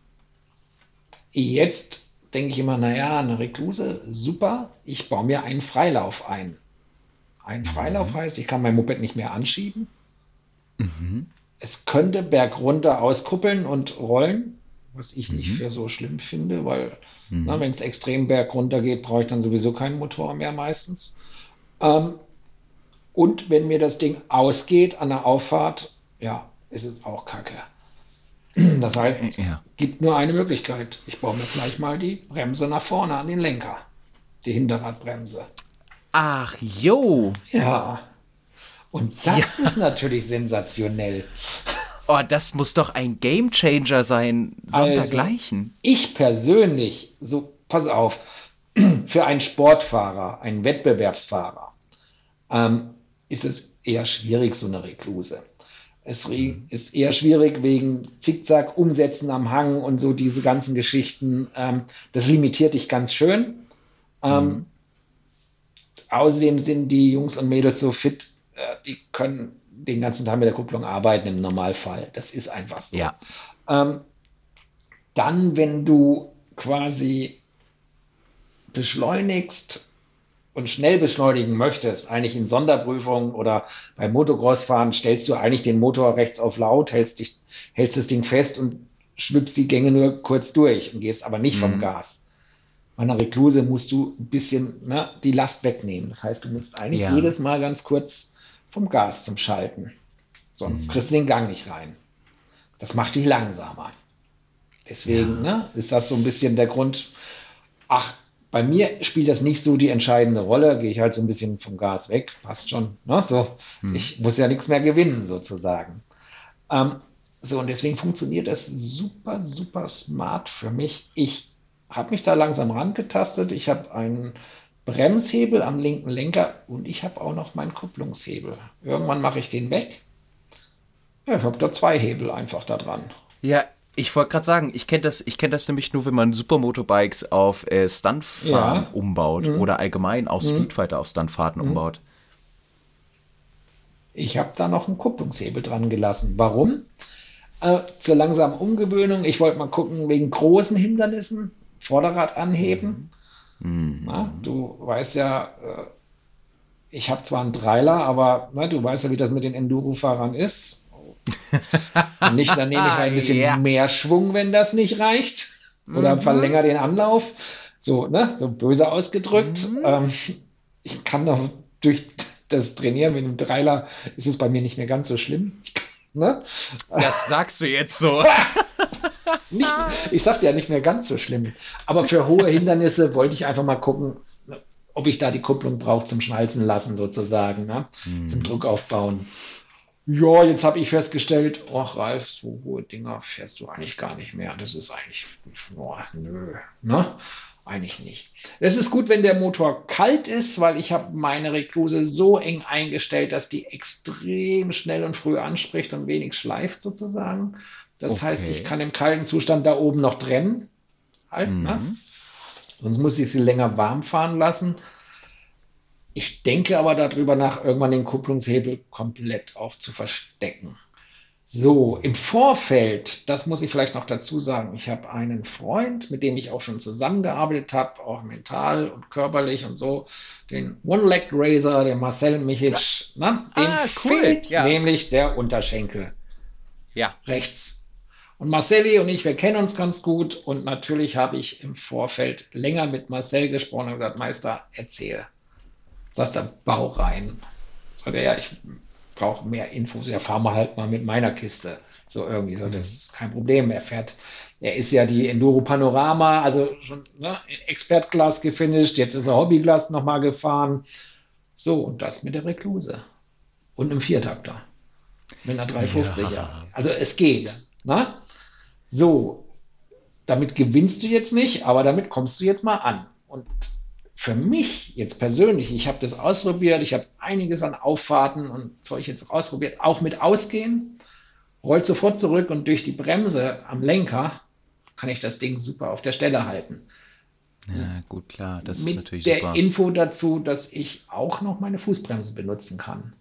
jetzt denke ich immer, naja, eine Rekluse, super, ich baue mir einen Freilauf ein. Ein Freilauf mhm. heißt, ich kann mein Moped nicht mehr anschieben. Mhm. Es könnte bergunter auskuppeln und rollen, was ich mhm. nicht für so schlimm finde, weil mhm. wenn es extrem bergunter geht, brauche ich dann sowieso keinen Motor mehr meistens. Ähm, und wenn mir das Ding ausgeht an der Auffahrt, ja, ist es auch kacke. Das heißt, es ja. gibt nur eine Möglichkeit. Ich baue mir gleich mal die Bremse nach vorne an den Lenker. Die Hinterradbremse. Ach, jo. Ja. Und das ja. ist natürlich sensationell. Oh, das muss doch ein Gamechanger sein, sondergleichen. Also, ich persönlich, so, pass auf, für einen Sportfahrer, einen Wettbewerbsfahrer, ähm, ist es eher schwierig, so eine Rekluse. Es ist eher schwierig wegen Zickzack, Umsetzen am Hang und so diese ganzen Geschichten. Ähm, das limitiert dich ganz schön. Ähm, Mhm. Außerdem sind die Jungs und Mädels so fit, äh, die können den ganzen Tag mit der Kupplung arbeiten im Normalfall. Das ist einfach so. Ja. Ähm, dann, wenn du quasi beschleunigst und schnell beschleunigen möchtest, eigentlich in Sonderprüfungen oder beim Motocross-Fahren, stellst du eigentlich den Motor rechts auf laut, hältst, dich, hältst das Ding fest und schwippst die Gänge nur kurz durch und gehst aber nicht vom Mhm. Gas. Bei einer Rekluse musst du ein bisschen, ne, die Last wegnehmen. Das heißt, du musst eigentlich Ja. jedes Mal ganz kurz vom Gas zum Schalten. Sonst kriegst du den Gang nicht rein. Das macht dich langsamer. Deswegen, Ja. ne, ist das so ein bisschen der Grund. Ach, bei mir spielt das nicht so die entscheidende Rolle. Gehe ich halt so ein bisschen vom Gas weg. Passt schon. Ne? So, Mhm. ich muss ja nichts mehr gewinnen, sozusagen. Ähm, so, und deswegen funktioniert das super, super smart für mich. Ich habe mich da langsam rangetastet. Ich habe einen Bremshebel am linken Lenker und ich habe auch noch meinen Kupplungshebel. Irgendwann mache ich den weg. Ja, ich habe da zwei Hebel einfach da dran. Ja, ich wollte gerade sagen, ich kenne das, ich kenn das nämlich nur, wenn man Supermotobikes auf äh, Stuntfahren Ja. umbaut Hm, oder allgemein auch hm, Streetfighter auf Stuntfahrten hm. umbaut. Ich habe da noch einen Kupplungshebel dran gelassen. Warum? Äh, zur langsamen Umgewöhnung. Ich wollte mal gucken, wegen großen Hindernissen, Vorderrad anheben. Na, Mhm. du weißt ja, äh, ich habe zwar einen Dreiler, aber ne, du weißt ja, wie das mit den Enduro-Fahrern ist. Wenn nicht, dann nehme ich halt ein bisschen Ja. mehr Schwung, wenn das nicht reicht. Oder Mhm. verlängere den Anlauf. So, ne, so böse ausgedrückt. Mhm. Ähm, ich kann doch durch das Trainieren mit dem Dreiler ist es bei mir nicht mehr ganz so schlimm. Ne? Das sagst du jetzt so. Nicht, ich sagte ja nicht mehr ganz so schlimm. Aber für hohe Hindernisse wollte ich einfach mal gucken, ob ich da die Kupplung brauche zum Schnalzen lassen, sozusagen, ne? Zum Mhm. Druck aufbauen. Ja, jetzt habe ich festgestellt, oh Ralf, so hohe Dinger fährst du eigentlich gar nicht mehr. Das ist eigentlich, oh, nö, ne? Eigentlich nicht. Es ist gut, wenn der Motor kalt ist, weil ich habe meine Rekluse so eng eingestellt, dass die extrem schnell und früh anspricht und wenig schleift sozusagen. Das heißt, ich Okay. kann im kalten Zustand da oben noch trennen, halt, ne? Mhm. Sonst muss ich sie länger warm fahren lassen. Ich denke aber darüber nach, irgendwann den Kupplungshebel komplett auf zu verstecken. So, im Vorfeld, das muss ich vielleicht noch dazu sagen, ich habe einen Freund, mit dem ich auch schon zusammengearbeitet habe, auch mental und körperlich und so, den One-Legged Racer, den Marcel Michic, na, dem Ah, cool. fehlt Ja. nämlich der Unterschenkel Ja. rechts. Und Marcelli und ich, wir kennen uns ganz gut und natürlich habe ich im Vorfeld länger mit Marcel gesprochen und gesagt, Meister, erzähl. Sagt er, bau rein. Sagt er, ja, ich brauche mehr Infos. Ja, fahr mal halt mal mit meiner Kiste. So irgendwie, so, das Mhm. ist kein Problem. Er fährt, er ist ja die Enduro Panorama, also schon ne, Expert-Class gefinisht, jetzt ist er Hobby-Class nochmal gefahren. So, und das mit der Rekluse. Und einem Viertakter. Mit einer dreihundertfünfziger. Ja. Also es Ja. geht. Ne? So, damit gewinnst du jetzt nicht, aber damit kommst du jetzt mal an. Und für mich jetzt persönlich, ich habe das ausprobiert, ich habe einiges an Auffahrten und Zeug jetzt ausprobiert, auch mit Ausgehen, rollt sofort zurück und durch die Bremse am Lenker kann ich das Ding super auf der Stelle halten. Ja, gut, klar. Das ist Mit natürlich der super. Info dazu, dass ich auch noch meine Fußbremse benutzen kann,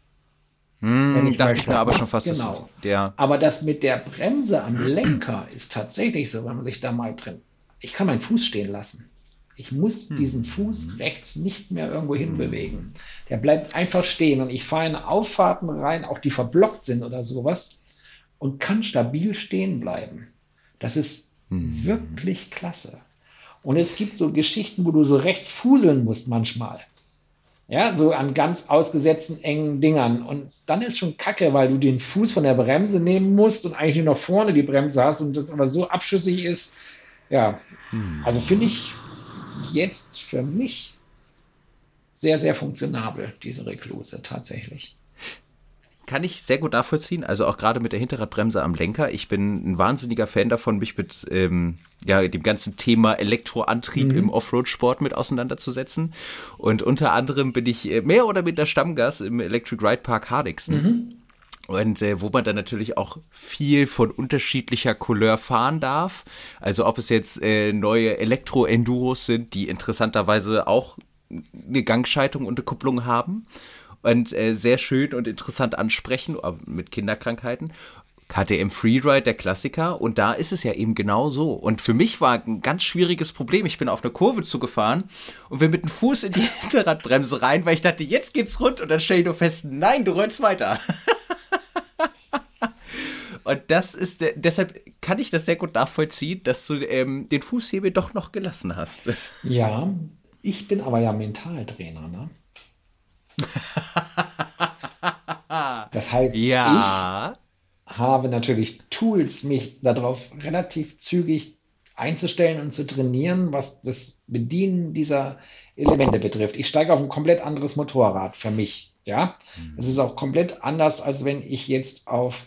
wenn Hm, ich dachte ich mir möchte. aber schon fast, dass Genau. der. Aber das mit der Bremse am Lenker ist tatsächlich so, wenn man sich da mal drin. Ich kann meinen Fuß stehen lassen. Ich muss diesen Fuß Hm. rechts nicht mehr irgendwo hinbewegen. Hm. Der bleibt einfach stehen und ich fahre in Auffahrten rein, auch die verblockt sind oder sowas, und kann stabil stehen bleiben. Das ist Hm. wirklich klasse. Und es gibt so Geschichten, wo du so rechts fuseln musst manchmal. Ja, so an ganz ausgesetzten engen Dingern. Und dann ist schon kacke, weil du den Fuß von der Bremse nehmen musst und eigentlich nur noch vorne die Bremse hast und das aber so abschüssig ist. Ja, also finde Hm. ich jetzt für mich sehr, sehr funktionabel, diese Rekluse tatsächlich. Kann ich sehr gut nachvollziehen. Also auch gerade mit der Hinterradbremse am Lenker. Ich bin ein wahnsinniger Fan davon, mich mit ähm, ja, dem ganzen Thema Elektroantrieb im Mhm. Offroad-Sport mit auseinanderzusetzen. Und unter anderem bin ich äh, mehr oder minder Stammgast im Electric Ride Park Hardixen. Mhm. Und äh, wo man dann natürlich auch viel von unterschiedlicher Couleur fahren darf. Also ob es jetzt äh, neue Elektro-Enduros sind, die interessanterweise auch eine Gangschaltung und eine Kupplung haben. Und äh, sehr schön und interessant ansprechen, aber mit Kinderkrankheiten. K T M Freeride, der Klassiker. Und da ist es ja eben genau so. Und für mich war ein ganz schwieriges Problem. Ich bin auf eine Kurve zugefahren und bin mit dem Fuß in die Hinterradbremse rein, weil ich dachte, jetzt geht's rund. Und dann stelle ich nur fest, nein, du rollst weiter. Und das ist, der, deshalb kann ich das sehr gut nachvollziehen, dass du ähm, den Fußhebel doch noch gelassen hast. Ja, ich bin aber ja Mentaltrainer, ne? Das heißt, ich Ja. habe natürlich Tools, mich darauf relativ zügig einzustellen und zu trainieren, was das Bedienen dieser Elemente betrifft. Ich steige auf ein komplett anderes Motorrad für mich, ja. Es ist auch komplett anders, als wenn ich jetzt auf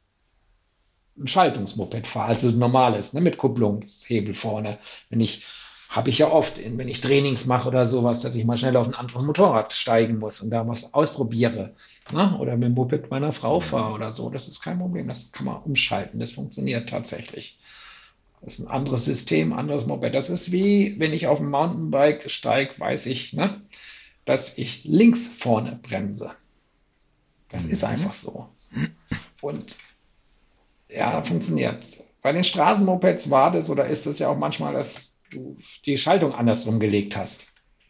ein Schaltungsmoped fahre, also ein normales, ne, mit Kupplungshebel vorne. Wenn ich, habe ich ja oft, wenn ich Trainings mache oder sowas, dass ich mal schnell auf ein anderes Motorrad steigen muss und da was ausprobiere. Ne? Oder mit dem Moped meiner Frau fahre oder so. Das ist kein Problem. Das kann man umschalten. Das funktioniert tatsächlich. Das ist ein anderes System, anderes Moped. Das ist wie, wenn ich auf dem Mountainbike steige, weiß ich, ne, dass ich links vorne bremse. Das ist einfach so. Und ja, funktioniert. Bei den Straßenmopeds war das oder ist es ja auch manchmal, dass du die Schaltung andersrum gelegt hast.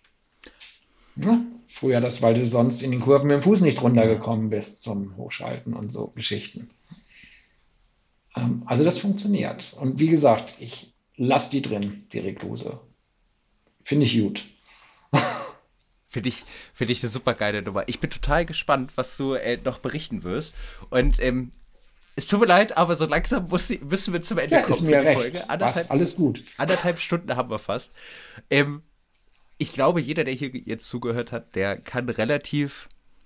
Ne? Früher das, weil du sonst in den Kurven mit dem Fuß nicht runtergekommen bist zum Hochschalten und so Geschichten. Ähm, also das funktioniert. Und wie gesagt, ich lasse die drin, die Rekluse. Finde ich gut. Finde ich, finde ich eine super geile Nummer. Ich bin total gespannt, was du äh, noch berichten wirst. Und ähm, es tut mir leid, aber so langsam muss, sie- müssen wir zum Ende Ja, kommen ist für mir die recht. Folge. Was? Anderthalb, Alles gut. anderthalb Stunden haben wir fast. Ähm, ich glaube, jeder, der hier jetzt zugehört hat, der kann relativ,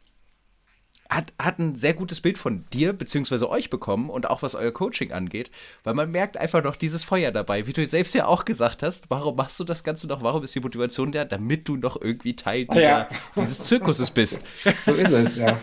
hat, hat ein sehr gutes Bild von dir beziehungsweise euch bekommen und auch was euer Coaching angeht, weil man merkt einfach noch dieses Feuer dabei, wie du selbst ja auch gesagt hast. Warum machst du das Ganze noch? Warum ist die Motivation da? Damit du noch irgendwie Teil dieser, Ja, dieses Zirkuses bist. so ist es, ja.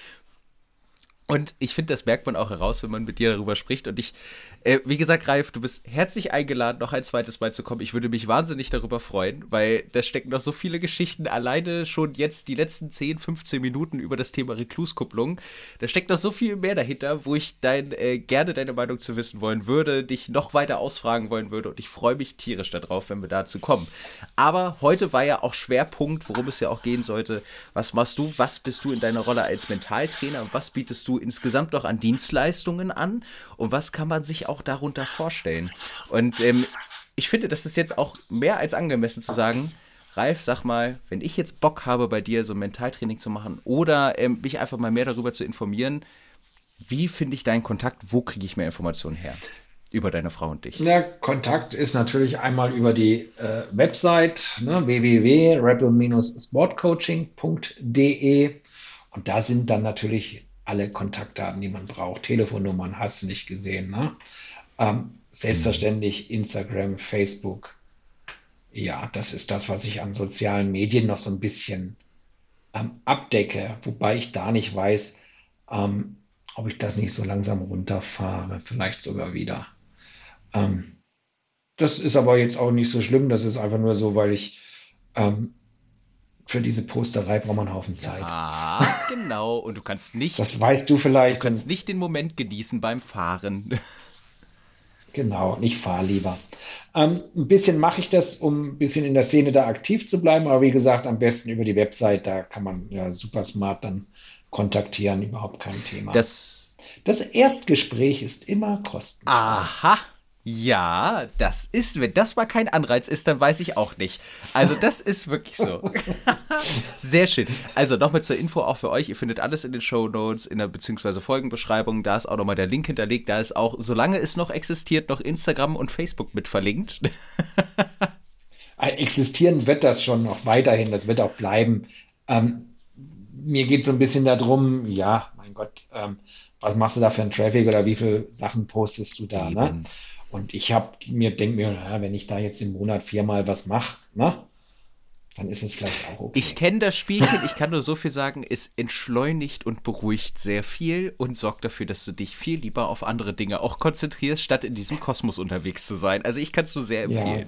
Und ich finde, das merkt man auch heraus, wenn man mit dir darüber spricht. Und ich, äh, wie gesagt, Ralf, du bist herzlich eingeladen, noch ein zweites Mal zu kommen. Ich würde mich wahnsinnig darüber freuen, weil da stecken noch so viele Geschichten. Alleine schon jetzt die letzten zehn, fünfzehn Minuten über das Thema Rekluskupplung. Da steckt noch so viel mehr dahinter, wo ich dein, äh, gerne deine Meinung zu wissen wollen würde, dich noch weiter ausfragen wollen würde. Und ich freue mich tierisch darauf, wenn wir dazu kommen. Aber heute war ja auch Schwerpunkt, worum es ja auch gehen sollte. Was machst du? Was bist du in deiner Rolle als Mentaltrainer? Und was bietest du insgesamt noch an Dienstleistungen an? Und was kann man sich auch darunter vorstellen? Und ähm, ich finde, das ist jetzt auch mehr als angemessen zu sagen, Ralf, sag mal, wenn ich jetzt Bock habe, bei dir so ein Mentaltraining zu machen oder ähm, mich einfach mal mehr darüber zu informieren, wie finde ich deinen Kontakt? Wo kriege ich mehr Informationen her? Über deine Frau und dich. Der Kontakt ist natürlich einmal über die äh, Website, ne, w w w punkt rebel sportcoaching punkt d e und da sind dann natürlich alle Kontaktdaten, die man braucht. Telefonnummern hast du nicht gesehen. Ne? Ähm, selbstverständlich Instagram, Facebook. Ja, das ist das, was ich an sozialen Medien noch so ein bisschen ähm, abdecke, wobei ich da nicht weiß, ähm, ob ich das nicht so langsam runterfahre, vielleicht sogar wieder. Ähm, Das ist aber jetzt auch nicht so schlimm. Das ist einfach nur so, weil ich ähm, für diese Posterei brauche man einen Haufen Zeit. Ah, genau. Und du kannst nicht, Das weißt du du vielleicht kannst und nicht den Moment genießen beim Fahren. genau, ich fahre lieber. Ähm, ein bisschen mache ich das, um ein bisschen in der Szene da aktiv zu bleiben, aber wie gesagt, am besten über die Website, da kann man ja super smart dann kontaktieren, überhaupt kein Thema. Das, Das Erstgespräch ist immer kostenfrei. aha, ja, das ist, wenn das mal kein Anreiz ist, dann weiß ich auch nicht. Also das ist wirklich so. Sehr schön. Also nochmal zur Info auch für euch. Ihr findet alles in den Shownotes, in der beziehungsweise Folgenbeschreibung. Da ist auch nochmal der Link hinterlegt. Da ist auch, solange es noch existiert, noch Instagram und Facebook mit verlinkt. Äh, Existieren wird das schon noch weiterhin, das wird auch bleiben. Ähm, Mir geht es so ein bisschen darum, ja, mein Gott, ähm, was machst du da für einen Traffic oder wie viele Sachen postest du da, ne? Eben. Und ich habe mir denke mir, ja, wenn ich da jetzt im Monat viermal was mache, ne, dann ist es vielleicht auch Ich okay. kenne das Spielchen, ich kann nur so viel sagen, es entschleunigt und beruhigt sehr viel und sorgt dafür, dass du dich viel lieber auf andere Dinge auch konzentrierst, statt in diesem Kosmos unterwegs zu sein. Also ich kann es nur sehr Ja. empfehlen.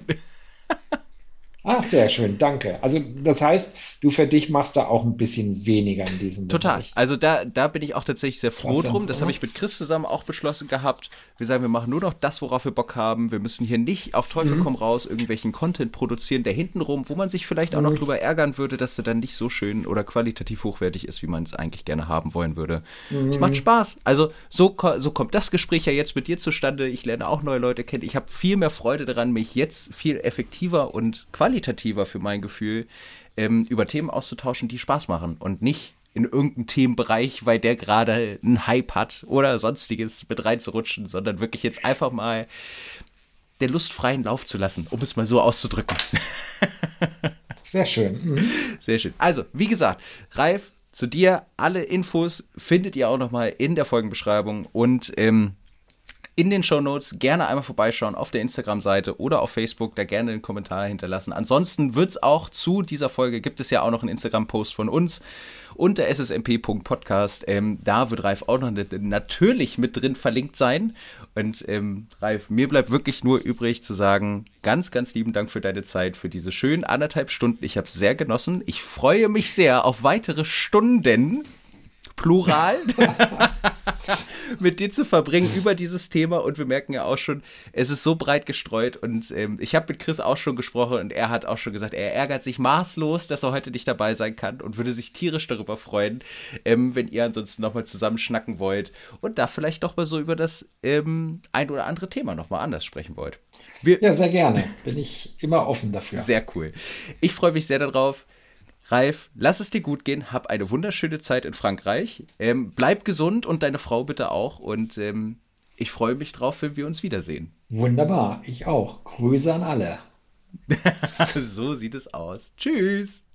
Ach, sehr schön, danke. Also das heißt, du für dich machst da auch ein bisschen weniger in diesem Total. Bereich. Also da, da bin ich auch tatsächlich sehr froh Klasse. drum. Das habe Mhm. ich mit Chris zusammen auch beschlossen gehabt. Wir sagen, wir machen nur noch das, worauf wir Bock haben. Wir müssen hier nicht auf Teufel komm Mhm. raus irgendwelchen Content produzieren, der hintenrum, wo man sich vielleicht auch noch Mhm. drüber ärgern würde, dass der dann nicht so schön oder qualitativ hochwertig ist, wie man es eigentlich gerne haben wollen würde. Es macht Mhm. Spaß. Also so, ko- so kommt das Gespräch ja jetzt mit dir zustande. Ich lerne auch neue Leute kennen. Ich habe viel mehr Freude daran, mich jetzt viel effektiver und qualitativer für mein Gefühl ähm, über Themen auszutauschen, die Spaß machen und nicht in irgendeinem Themenbereich, weil der gerade einen Hype hat oder sonstiges mit reinzurutschen, sondern wirklich jetzt einfach mal der Lust freien Lauf zu lassen, um es mal so auszudrücken. Sehr schön. Mhm. Sehr schön. Also, wie gesagt, Ralf, zu dir, alle Infos findet ihr auch nochmal in der Folgenbeschreibung und ähm, in den Shownotes gerne einmal vorbeischauen auf der Instagram-Seite oder auf Facebook, da gerne einen Kommentar hinterlassen. Ansonsten wird es auch zu dieser Folge, gibt es ja auch noch einen Instagram-Post von uns unter s s m p punkt podcast. Ähm, da wird Ralf auch noch natürlich mit drin verlinkt sein. Und ähm, Ralf, mir bleibt wirklich nur übrig zu sagen, ganz, ganz lieben Dank für deine Zeit, für diese schönen anderthalb Stunden. Ich habe es sehr genossen. Ich freue mich sehr auf weitere Stunden, Plural, mit dir zu verbringen über dieses Thema und wir merken ja auch schon, es ist so breit gestreut und ähm, ich habe mit Chris auch schon gesprochen und er hat auch schon gesagt, er ärgert sich maßlos, dass er heute nicht dabei sein kann und würde sich tierisch darüber freuen, ähm, wenn ihr ansonsten nochmal zusammen schnacken wollt und da vielleicht doch mal so über das ähm, ein oder andere Thema nochmal anders sprechen wollt. Wir, Ja, sehr gerne. Bin ich immer offen dafür. sehr cool. Ich freue mich sehr darauf. Ralf, lass es dir gut gehen, hab eine wunderschöne Zeit in Frankreich. Ähm, bleib gesund und deine Frau bitte auch. Und ähm, ich freue mich drauf, wenn wir uns wiedersehen. Wunderbar. Ich auch. Grüße an alle. So sieht es aus. Tschüss.